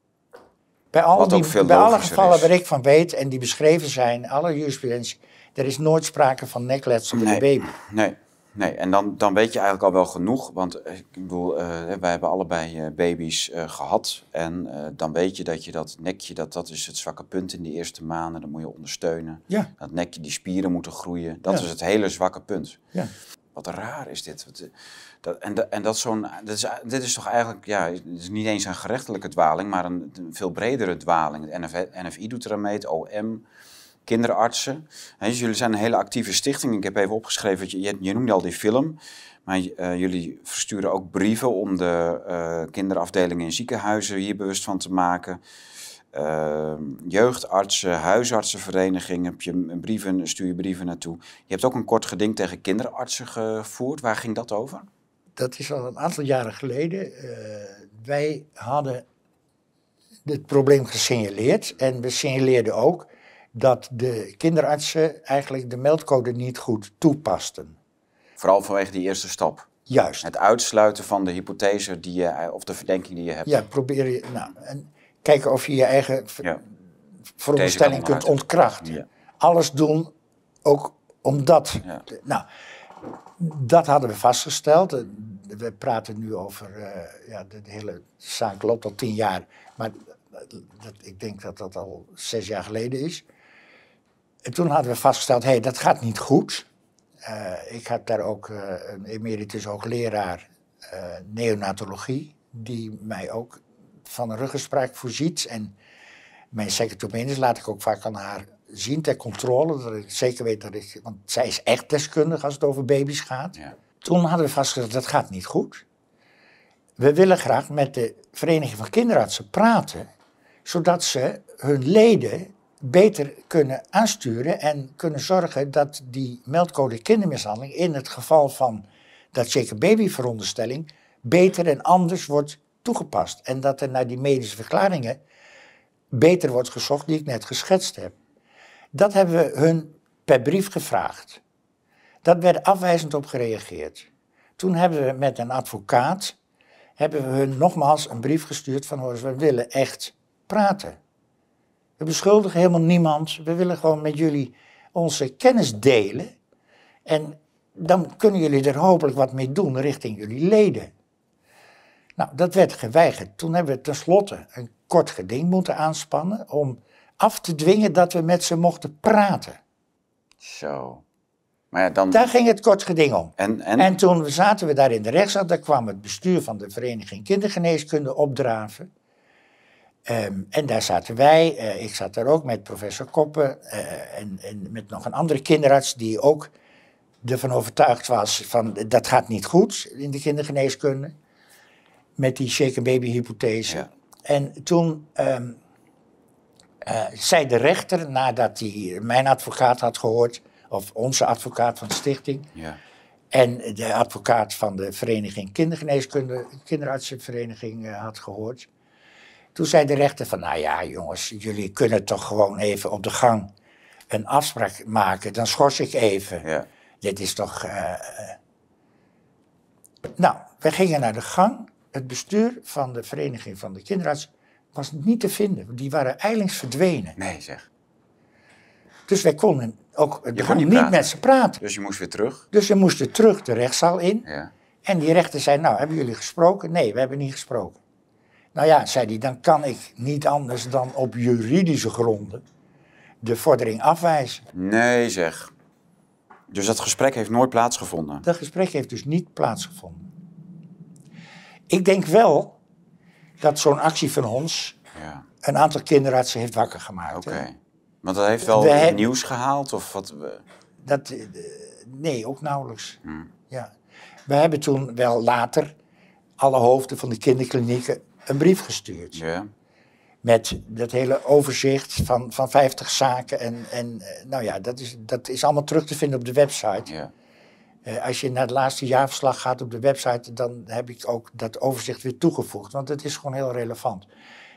bij al die, veel bij alle logischer gevallen is. waar ik van weet en die beschreven zijn, alle jurisprudentie, er is nooit sprake van nekletsel bij Nee. de baby. Nee, nee. En dan, dan weet je eigenlijk al wel genoeg. Want eh, ik bedoel, uh, wij hebben allebei uh, baby's uh, gehad. En uh, dan weet je dat je dat nekje, dat, dat is het zwakke punt in die eerste maanden. Dat moet je ondersteunen. Ja. Dat nekje, die spieren moeten groeien. Dat Ja. is het hele zwakke punt. Ja. Wat raar is dit. Wat, dat, en dat, en dat zo'n, dat is, dit is toch eigenlijk, ja, het is niet eens een gerechtelijke dwaling, maar een, een veel bredere dwaling. Het N F, N F I doet er aan mee, het O M, kinderartsen. He, dus jullie zijn een hele actieve stichting. Ik heb even opgeschreven, je, je, je noemde al die film, maar uh, jullie versturen ook brieven om de uh, kinderafdelingen in ziekenhuizen hier bewust van te maken. Uh, jeugdartsen, huisartsenverenigingen, heb je brieven, stuur je brieven naartoe. Je hebt ook een kort geding tegen kinderartsen gevoerd. Waar ging dat over? Dat is al een aantal jaren geleden. Uh, wij hadden het probleem gesignaleerd en we signaleerden ook dat de kinderartsen eigenlijk de meldcode niet goed toepasten. Vooral vanwege die eerste stap. Juist. Het uitsluiten van de hypothese die je, of de verdenking die je hebt. Ja, probeer je, nou, en kijken of je je eigen ja. veronderstelling kunt ontkrachten. Ja. Alles doen, ook omdat. Ja. Nou, dat hadden we vastgesteld. We praten nu over, uh, ja, de, de hele zaak loopt al tien jaar. Maar dat, ik denk dat dat al zes jaar geleden is. En toen hadden we vastgesteld, hé, hey, dat gaat niet goed. Uh, ik had daar ook uh, een emeritus hoogleraar uh, neonatologie, die mij ook van een ruggenspraak voorziet. En mijn secretaris laat ik ook vaak aan haar zien ter controle, dat ik zeker weet dat ik, want zij is echt deskundig als het over baby's gaat. Ja. Toen hadden we vastgesteld, dat gaat niet goed. We willen graag met de Vereniging van Kinderartsen praten, zodat ze hun leden beter kunnen aansturen en kunnen zorgen dat die meldcode kindermishandeling in het geval van dat shaken baby veronderstelling beter en anders wordt toegepast. En dat er naar die medische verklaringen beter wordt gezocht die ik net geschetst heb. Dat hebben we hun per brief gevraagd. Dat werd afwijzend op gereageerd. Toen hebben we met een advocaat, hebben we hun nogmaals een brief gestuurd van hoor, we willen echt praten. We beschuldigen helemaal niemand. We willen gewoon met jullie onze kennis delen. En dan kunnen jullie er hopelijk wat mee doen richting jullie leden. Nou, dat werd geweigerd. Toen hebben we tenslotte een kort geding moeten aanspannen om af te dwingen dat we met ze mochten praten. Zo. Maar ja, dan... Daar ging het kort geding om. En, en? en toen zaten we daar in de rechtszaal, daar kwam het bestuur van de Vereniging Kindergeneeskunde opdraven. Um, en daar zaten wij, uh, ik zat daar ook met professor Koppen uh, en, en met nog een andere kinderarts die ook ervan overtuigd was van dat gaat niet goed in de kindergeneeskunde. Met die shaken baby hypothese. Ja. En toen um, uh, zei de rechter, nadat hij mijn advocaat had gehoord, of onze advocaat van de stichting, ja. en de advocaat van de Vereniging Kindergeneeskunde, kinderartsenvereniging uh, had gehoord. Toen zei de rechter van, nou ja jongens, jullie kunnen toch gewoon even op de gang een afspraak maken. Dan schors ik even. Ja. Dit is toch... Uh, uh... Nou, we gingen naar de gang. Het bestuur van de Vereniging van de Kinderarts was niet te vinden. Die waren ijlings verdwenen. Nee zeg. Dus wij konden ook je kon niet, niet met ze praten. Dus je moest weer terug? Dus we moesten terug de rechtszaal in. Ja. En die rechter zei, nou, hebben jullie gesproken? Nee, we hebben niet gesproken. Nou ja, zei hij, dan kan ik niet anders dan op juridische gronden de vordering afwijzen. Nee zeg. Dus dat gesprek heeft nooit plaatsgevonden? Dat gesprek heeft dus niet plaatsgevonden. Ik denk wel dat zo'n actie van ons ja. een aantal kinderartsen heeft wakker gemaakt. Oké. Okay. Want dat heeft wel we he- nieuws gehaald? Of wat? Dat, uh, nee, ook nauwelijks. Hmm. Ja. We hebben toen wel later alle hoofden van de kinderklinieken een brief gestuurd. Ja. Met dat hele overzicht van, van vijftig zaken. En, en nou ja, dat is, dat is allemaal terug te vinden op de website. Ja. Uh, als je naar het laatste jaarverslag gaat op de website, dan heb ik ook dat overzicht weer toegevoegd. Want het is gewoon heel relevant.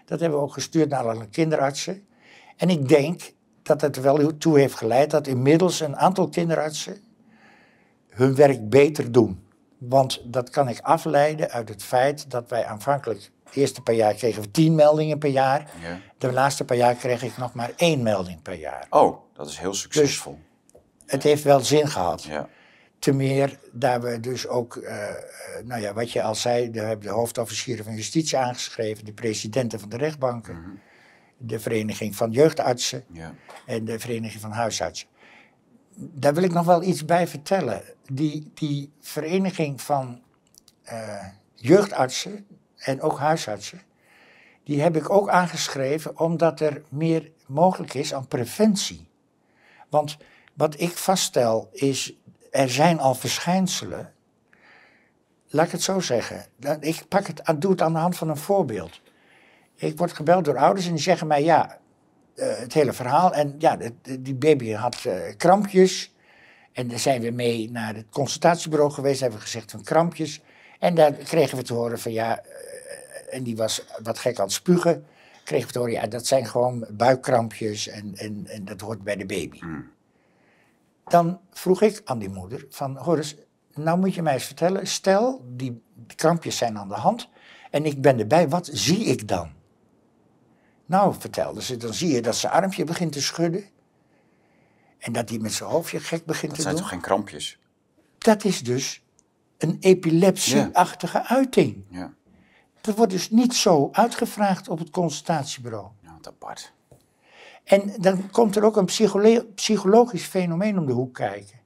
Dat hebben we ook gestuurd naar alle kinderartsen. En ik denk dat het er wel toe heeft geleid dat inmiddels een aantal kinderartsen hun werk beter doen. Want dat kan ik afleiden uit het feit dat wij aanvankelijk, het eerste paar jaar kregen we tien meldingen per jaar. Ja. De laatste paar jaar kreeg ik nog maar één melding per jaar. Oh, dat is heel succesvol. Dus het heeft wel zin gehad. Ja. Te meer, daar we dus ook, uh, nou ja, wat je al zei, we hebben de hoofdofficieren van justitie aangeschreven, de presidenten van de rechtbanken, mm-hmm. de vereniging van jeugdartsen ja. en de vereniging van huisartsen. Daar wil ik nog wel iets bij vertellen. Die, die vereniging van uh, jeugdartsen en ook huisartsen, die heb ik ook aangeschreven omdat er meer mogelijk is aan preventie. Want wat ik vaststel is, er zijn al verschijnselen. Laat ik het zo zeggen. Ik pak het, doe het aan de hand van een voorbeeld. Ik word gebeld door ouders en die zeggen mij, ja, uh, het hele verhaal. En ja, de, die baby had uh, krampjes. En daar zijn we mee naar het consultatiebureau geweest, hebben we gezegd van krampjes. En daar kregen we te horen van ja, uh, en die was wat gek aan het spugen. Kregen we te horen, ja, dat zijn gewoon buikkrampjes en, en, en dat hoort bij de baby. Mm. Dan vroeg ik aan die moeder van, hoor eens, nou moet je mij eens vertellen, stel die krampjes zijn aan de hand en ik ben erbij, wat zie ik dan? Nou, vertelde ze, dan zie je dat zijn armpje begint te schudden en dat hij met zijn hoofdje gek begint dat te doen. Dat zijn toch geen krampjes? Dat is dus een epilepsie-achtige ja. uiting. Ja. Dat wordt dus niet zo uitgevraagd op het consultatiebureau. Ja, wat apart. En dan komt er ook een psycholo- psychologisch fenomeen om de hoek kijken.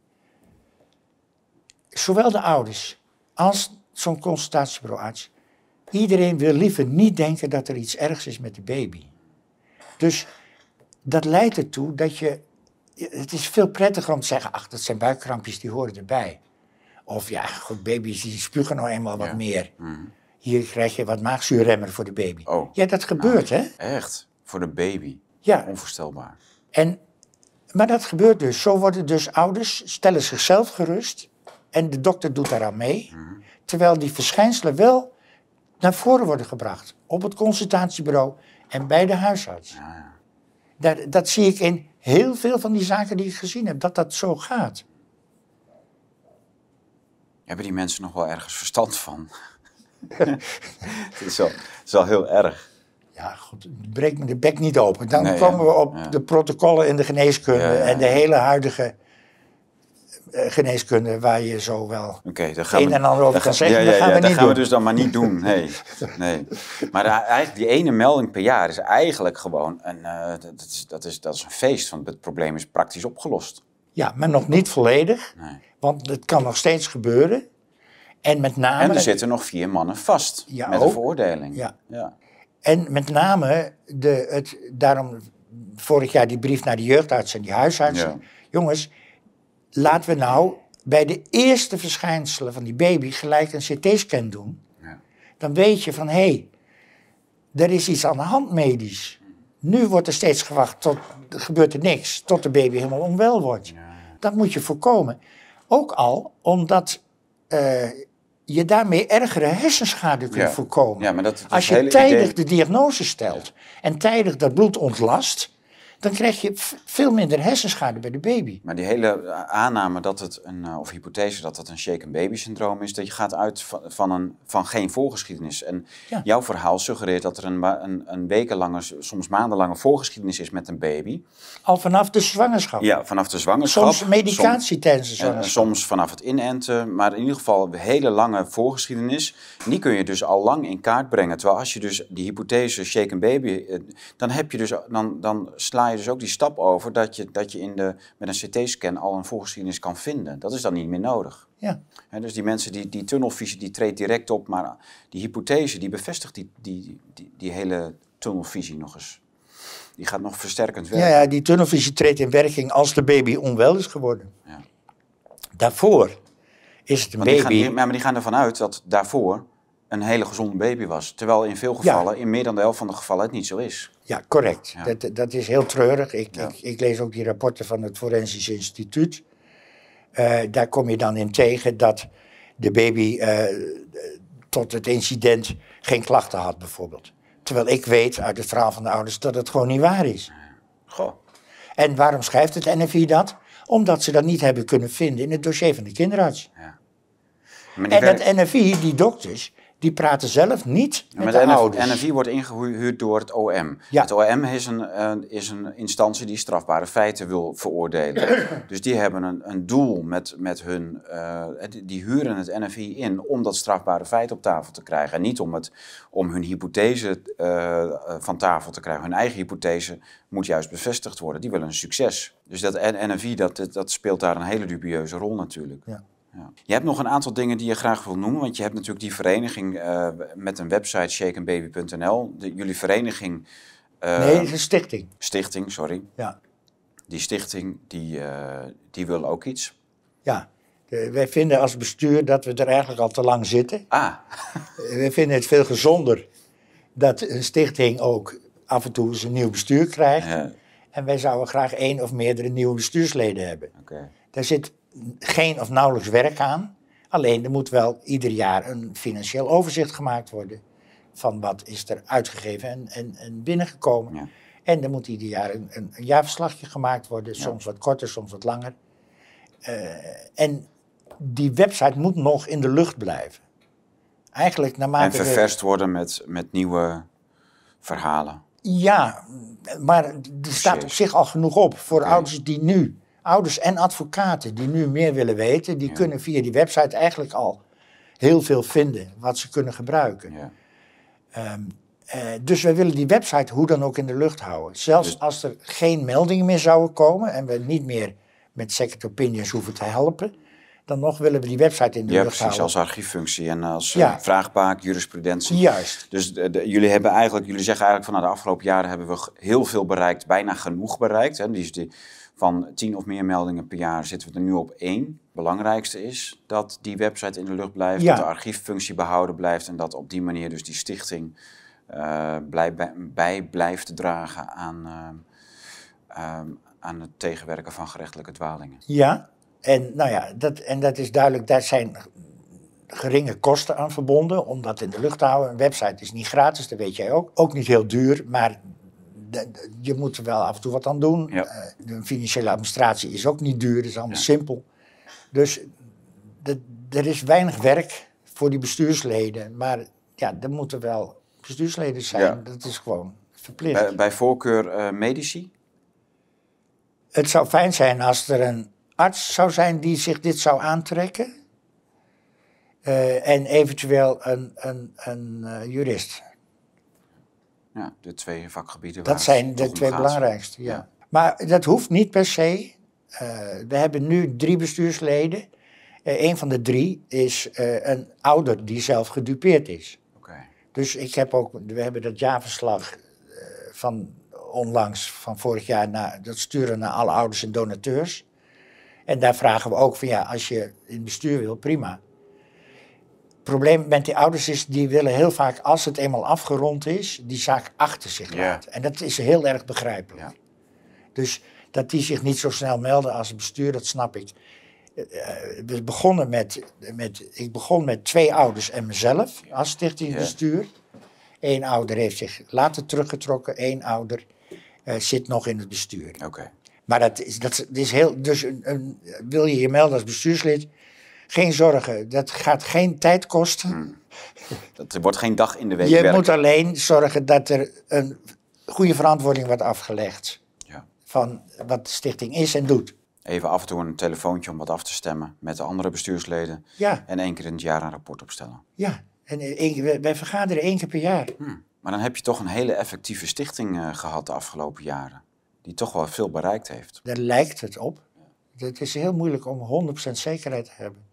Zowel de ouders als zo'n consultatiebureauarts. Iedereen wil liever niet denken dat er iets ergs is met de baby. Dus dat leidt ertoe dat je... Het is veel prettiger om te zeggen, ach, dat zijn buikkrampjes, die horen erbij. Of ja, goed, baby's die spugen nou eenmaal wat ja. meer. Mm-hmm. Hier krijg je wat maagzuurremmer voor de baby. Oh. Ja, dat gebeurt, nou, hè? Echt? Voor de baby? Ja. Onvoorstelbaar. En, maar dat gebeurt dus. Zo worden dus ouders, stellen zichzelf gerust en de dokter doet daaraan mee. Mm-hmm. Terwijl die verschijnselen wel naar voren worden gebracht. Op het consultatiebureau en bij de huisarts. Ja, ja. Dat, dat zie ik in heel veel van die zaken die ik gezien heb, dat dat zo gaat. Hebben die mensen nog wel ergens verstand van? Het is wel, het is wel heel erg. Ja, goed, breek me de bek niet open. Dan nee, komen ja, we op ja. de protocollen in de geneeskunde ja, ja, ja. en de hele huidige uh, geneeskunde waar je zo wel okay, dan een we, en ander over ga, kan zeggen. Ja, ja, dat gaan, ja, we, dat niet gaan doen. we dus dan maar niet doen. Nee, nee. Maar uh, eigenlijk die ene melding per jaar is eigenlijk gewoon een, uh, dat, is, dat, is, dat is een feest, want het probleem is praktisch opgelost. Ja, maar nog niet volledig, nee. Want het kan nog steeds gebeuren. En met name... En er zitten nog vier mannen vast ja, met ook. een veroordeling. Ja. Ja. En met name, de, het, daarom vorig jaar die brief naar de jeugdartsen en die huisartsen. Ja. Jongens, laten we nou bij de eerste verschijnselen van die baby gelijk een C T-scan doen. Ja. Dan weet je van, hé, hey, er is iets aan de hand medisch. Nu wordt er steeds gewacht, tot er gebeurt er niks, tot de baby helemaal onwel wordt. Ja. Dat moet je voorkomen. Ook al omdat... Uh, je daarmee ergere hersenschade kunt ja. voorkomen. Ja, maar dat, dat Als je tijdig idee... de diagnose stelt ja. en tijdig dat bloed ontlast, dan krijg je f- veel minder hersenschade bij de baby. Maar die hele aanname dat het een, of hypothese dat het een shaken baby syndroom is, dat je gaat uit van, van, een, van geen voorgeschiedenis. En ja. jouw verhaal suggereert dat er een, een, een wekenlange, soms maandenlange voorgeschiedenis is met een baby. Al vanaf de zwangerschap? Ja, vanaf de zwangerschap. Soms medicatie soms, tijdens de zwangerschap. En soms vanaf het inenten, maar in ieder geval een hele lange voorgeschiedenis. En die kun je dus al lang in kaart brengen. Terwijl als je dus die hypothese shaken baby, dan heb je dus, dan, dan sla je dus ook die stap over dat je, dat je in de, met een C T-scan al een voorgeschiedenis kan vinden. Dat is dan niet meer nodig. Ja. He, dus die mensen, die, die tunnelvisie, die treedt direct op, maar die hypothese, die bevestigt die, die, die, die hele tunnelvisie nog eens. Die gaat nog versterkend werken. Ja, ja, die tunnelvisie treedt in werking als de baby onwel is geworden. Ja. Daarvoor is het een Want baby... Die gaan, maar die gaan ervan uit dat daarvoor een hele gezonde baby was. Terwijl in veel gevallen, ja. in meer dan de helft van de gevallen, het niet zo is. Ja, correct. Ja. Dat, dat is heel treurig. Ik, ja. ik, ik lees ook die rapporten van het Forensisch Instituut. Uh, daar kom je dan in tegen dat de baby uh, tot het incident geen klachten had bijvoorbeeld. Terwijl ik weet uit het verhaal van de ouders dat het gewoon niet waar is. Goh. En waarom schrijft het N F I dat? Omdat ze dat niet hebben kunnen vinden in het dossier van de kinderarts. Ja. Maar die En werk... dat N F I, die dokters, die praten zelf niet met maar de, de ouders. N F I wordt ingehuurd door het O M. Ja. Het O M is een, uh, is een instantie die strafbare feiten wil veroordelen. Dus die hebben een, een doel met, met hun... Uh, die, die huren het N F I in om dat strafbare feit op tafel te krijgen. En niet om, het, om hun hypothese uh, van tafel te krijgen. Hun eigen hypothese moet juist bevestigd worden. Die willen een succes. Dus dat N F I, dat, dat speelt daar een hele dubieuze rol natuurlijk. Ja. Ja. Je hebt nog een aantal dingen die je graag wil noemen, want je hebt natuurlijk die vereniging uh, met een website, shake and baby punt n l. De, jullie vereniging... Uh, nee, het is een stichting. Stichting, sorry. Ja. Die stichting, die, uh, die wil ook iets. Ja, de, wij vinden als bestuur dat we er eigenlijk al te lang zitten. Ah. We vinden het veel gezonder dat een stichting ook af en toe eens een nieuw bestuur krijgt. Ja. En wij zouden graag één of meerdere nieuwe bestuursleden hebben. Okay. Daar zit geen of nauwelijks werk aan. Alleen er moet wel ieder jaar een financieel overzicht gemaakt worden. Van wat is er uitgegeven en, en, en binnengekomen. Ja. En er moet ieder jaar een, een, een jaarverslagje gemaakt worden. Soms ja. wat korter, soms wat langer. Uh, en die website moet nog in de lucht blijven. Eigenlijk naarmate en ververst we... worden met, met nieuwe verhalen. Ja, maar er staat op zich al genoeg op voor okay. ouders die nu... Ouders en advocaten die nu meer willen weten, die ja. kunnen via die website eigenlijk al heel veel vinden wat ze kunnen gebruiken. Ja. Um, uh, dus wij willen die website hoe dan ook in de lucht houden. Zelfs dus... als er geen meldingen meer zouden komen en we niet meer met second opinions hoeven te helpen, dan nog willen we die website in de ja, lucht precies, houden. Als archieffunctie en als ja. uh, vraagbaak, jurisprudentie. Juist. Dus de, de, jullie, hebben eigenlijk, jullie zeggen eigenlijk van nou, de afgelopen jaren hebben we heel veel bereikt, bijna genoeg bereikt. Hè, die, die, Van tien of meer meldingen per jaar zitten we er nu op één. Het belangrijkste is dat die website in de lucht blijft, ja. dat de archieffunctie behouden blijft en dat op die manier dus die stichting uh, blij, bij, bij blijft dragen aan, uh, um, aan het tegenwerken van gerechtelijke dwalingen. Ja, en, nou ja, dat, en dat is duidelijk, daar zijn geringe kosten aan verbonden om dat in de lucht te houden. Een website is niet gratis, dat weet jij ook. Ook niet heel duur, maar... Je moet er wel af en toe wat aan doen. Ja. Uh, de financiële administratie is ook niet duur, dat is allemaal ja. simpel. Dus de, er is weinig werk voor die bestuursleden. Maar ja, er moeten wel bestuursleden zijn. Ja. Dat is gewoon verplicht. Bij, bij voorkeur uh, medici? Het zou fijn zijn als er een arts zou zijn die zich dit zou aantrekken. Uh, en eventueel een, een, een uh, jurist. Ja, de twee vakgebieden. Dat zijn de twee belangrijkste, ja. ja. Maar dat hoeft niet per se. Uh, we hebben nu drie bestuursleden. Uh, een van de drie is uh, een ouder die zelf gedupeerd is. Okay. Dus ik heb ook, we hebben dat jaarverslag uh, van onlangs, van vorig jaar, naar, dat sturen naar alle ouders en donateurs. En daar vragen we ook van ja, als je in het bestuur wil, prima. Het probleem met die ouders is, die willen heel vaak, als het eenmaal afgerond is, die zaak achter zich laten. Ja. En dat is heel erg begrijpelijk. Ja. Dus dat die zich niet zo snel melden als het bestuur, dat snap ik. Uh, we begonnen met, met, ik begon met twee ouders en mezelf als stichtingsbestuur. Eén ouder heeft zich later teruggetrokken, één ouder uh, zit nog in het bestuur. Okay. Maar dat is, dat is heel, dus een, een, wil je je melden als bestuurslid? Geen zorgen, dat gaat geen tijd kosten. Hmm. Dat wordt geen dag in de week Je werk. moet alleen zorgen dat er een goede verantwoording wordt afgelegd. Ja. Van wat de stichting is en doet. Even af en toe een telefoontje om wat af te stemmen met de andere bestuursleden. Ja. En één keer in het jaar een rapport opstellen. Ja, en een, wij vergaderen één keer per jaar. Hmm. Maar dan heb je toch een hele effectieve stichting uh, gehad de afgelopen jaren. Die toch wel veel bereikt heeft. Daar lijkt het op. Het is heel moeilijk om honderd procent zekerheid te hebben.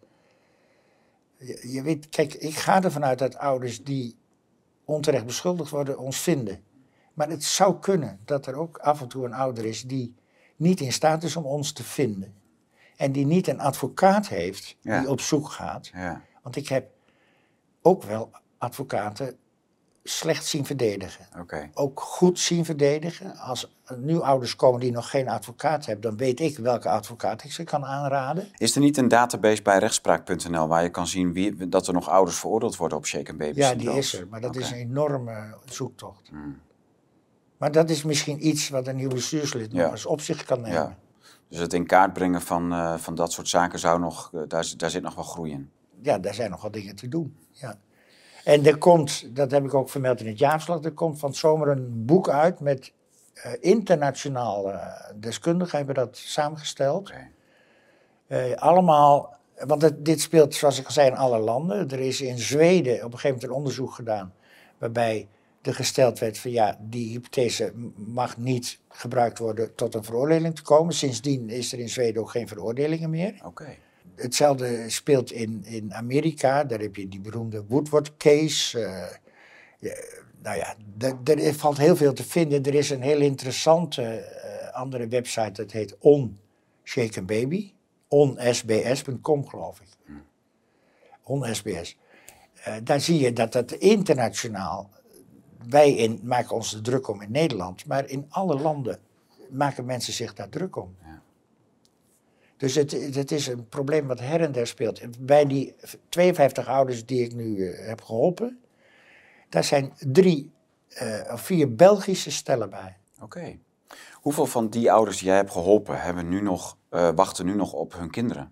Je, je weet, kijk, ik ga ervan uit dat ouders die onterecht beschuldigd worden ons vinden. Maar het zou kunnen dat er ook af en toe een ouder is die niet in staat is om ons te vinden. En die niet een advocaat heeft die ja. op zoek gaat. Ja. Want ik heb ook wel advocaten slecht zien verdedigen. Okay. Ook goed zien verdedigen. Als er nu ouders komen die nog geen advocaat hebben, dan weet ik welke advocaat ik ze kan aanraden. Is er niet een database bij rechtspraak punt n l waar je kan zien wie, dat er nog ouders veroordeeld worden op shaken baby syndroom? Ja, die is er, maar dat okay. is een enorme zoektocht. Hmm. Maar dat is misschien iets wat een nieuw bestuurslid ja. nog eens op zich kan nemen. Ja. Dus het in kaart brengen van, uh, van dat soort zaken, zou nog, uh, daar, daar zit nog wel groei in. Ja, daar zijn nog wel dingen te doen. Ja. En er komt, dat heb ik ook vermeld in het jaarverslag, er komt van het zomer een boek uit met uh, internationaal uh, deskundigen hebben dat samengesteld. Okay. Uh, allemaal, want het, dit speelt zoals ik al zei in alle landen. Er is in Zweden op een gegeven moment een onderzoek gedaan waarbij er gesteld werd van ja, die hypothese mag niet gebruikt worden tot een veroordeling te komen. Sindsdien is er in Zweden ook geen veroordelingen meer. Okay. Hetzelfde speelt in, in Amerika, daar heb je die beroemde Woodward case. Uh, ja, nou ja, er valt heel veel te vinden. Er is een heel interessante uh, andere website, dat heet On Shaken Baby. on s b s punt com geloof ik. Hmm. On S B S. Uh, daar zie je dat dat internationaal, wij in, maken ons er druk om in Nederland, maar in alle landen maken mensen zich daar druk om. Ja. Dus het, het is een probleem wat her en der speelt. Bij die tweeënvijftig ouders die ik nu uh, heb geholpen, daar zijn drie uh, of vier Belgische stellen bij. Oké. Okay. Hoeveel van die ouders die jij hebt geholpen, hebben nu nog, uh, wachten nu nog op hun kinderen?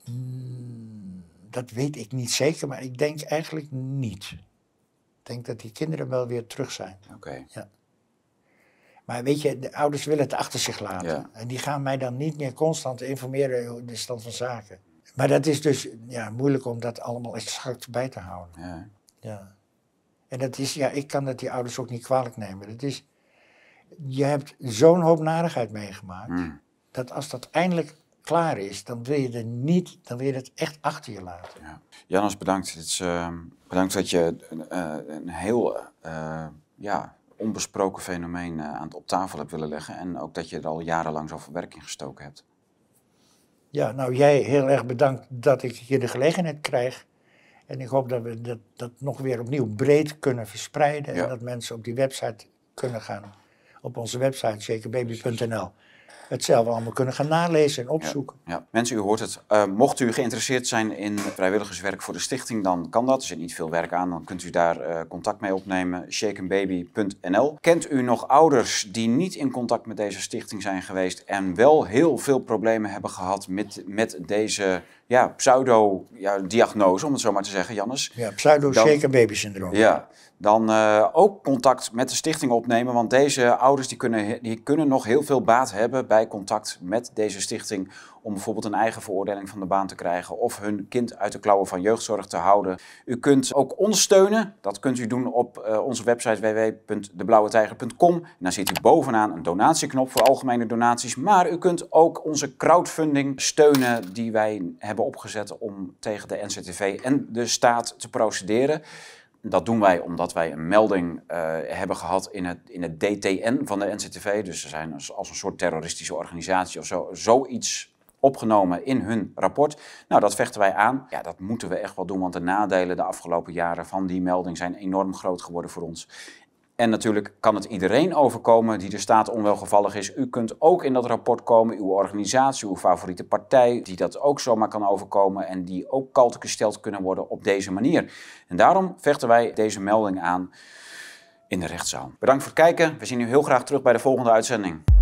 Hmm, dat weet ik niet zeker, maar ik denk eigenlijk niet. Ik denk dat die kinderen wel weer terug zijn. Oké. Okay. Ja. Maar weet je, de ouders willen het achter zich laten. Ja. En die gaan mij dan niet meer constant informeren over de stand van zaken. Maar dat is dus ja, moeilijk om dat allemaal exact bij te houden. Ja. Ja. En dat is, ja, ik kan dat die ouders ook niet kwalijk nemen. Dat is, je hebt zo'n hoop narigheid meegemaakt, mm. dat als dat eindelijk klaar is, dan wil je er niet, dan wil je het echt achter je laten. Ja. Jannes, bedankt. Het is, uh, bedankt dat je uh, een heel uh, ja, onbesproken fenomeen uh, aan het op tafel hebt willen leggen. En ook dat je er al jarenlang zoveel werk in gestoken hebt. Ja, nou jij heel erg bedankt dat ik hier de gelegenheid krijg. En ik hoop dat we dat, dat nog weer opnieuw breed kunnen verspreiden. Ja. En dat mensen op die website kunnen gaan, op onze website shaken baby punt n l. Het zelf allemaal kunnen gaan nalezen en opzoeken. Ja, ja. Mensen, u hoort het. Uh, mocht u geïnteresseerd zijn in vrijwilligerswerk voor de stichting, dan kan dat. Er zit niet veel werk aan, dan kunt u daar uh, contact mee opnemen. shaken baby punt n l. Kent u nog ouders die niet in contact met deze stichting zijn geweest en wel heel veel problemen hebben gehad met, met deze ja, pseudo-diagnose, ja, om het zo maar te zeggen, Jannes? Ja, pseudo-shaken baby syndroom. Ja. Dan uh, ook contact met de stichting opnemen, want deze ouders die kunnen, die kunnen nog heel veel baat hebben bij contact met deze stichting om bijvoorbeeld een eigen veroordeling van de baan te krijgen of hun kind uit de klauwen van jeugdzorg te houden. U kunt ook ons steunen. Dat kunt u doen op uh, onze website w w w punt de blauwe tijger punt com. En dan ziet u bovenaan een donatieknop voor algemene donaties. Maar u kunt ook onze crowdfunding steunen die wij hebben opgezet om tegen de N C T V en de staat te procederen. Dat doen wij omdat wij een melding uh, hebben gehad in het, in het D T N van de N C T V. Dus ze zijn als, als een soort terroristische organisatie of zo, zoiets opgenomen in hun rapport. Nou, dat vechten wij aan. Ja, dat moeten we echt wel doen, want de nadelen de afgelopen jaren van die melding zijn enorm groot geworden voor ons. En natuurlijk kan het iedereen overkomen die de staat onwelgevallig is. U kunt ook in dat rapport komen, uw organisatie, uw favoriete partij, die dat ook zomaar kan overkomen en die ook kalt gesteld kunnen worden op deze manier. En daarom vechten wij deze melding aan in de rechtszaal. Bedankt voor het kijken. We zien u heel graag terug bij de volgende uitzending.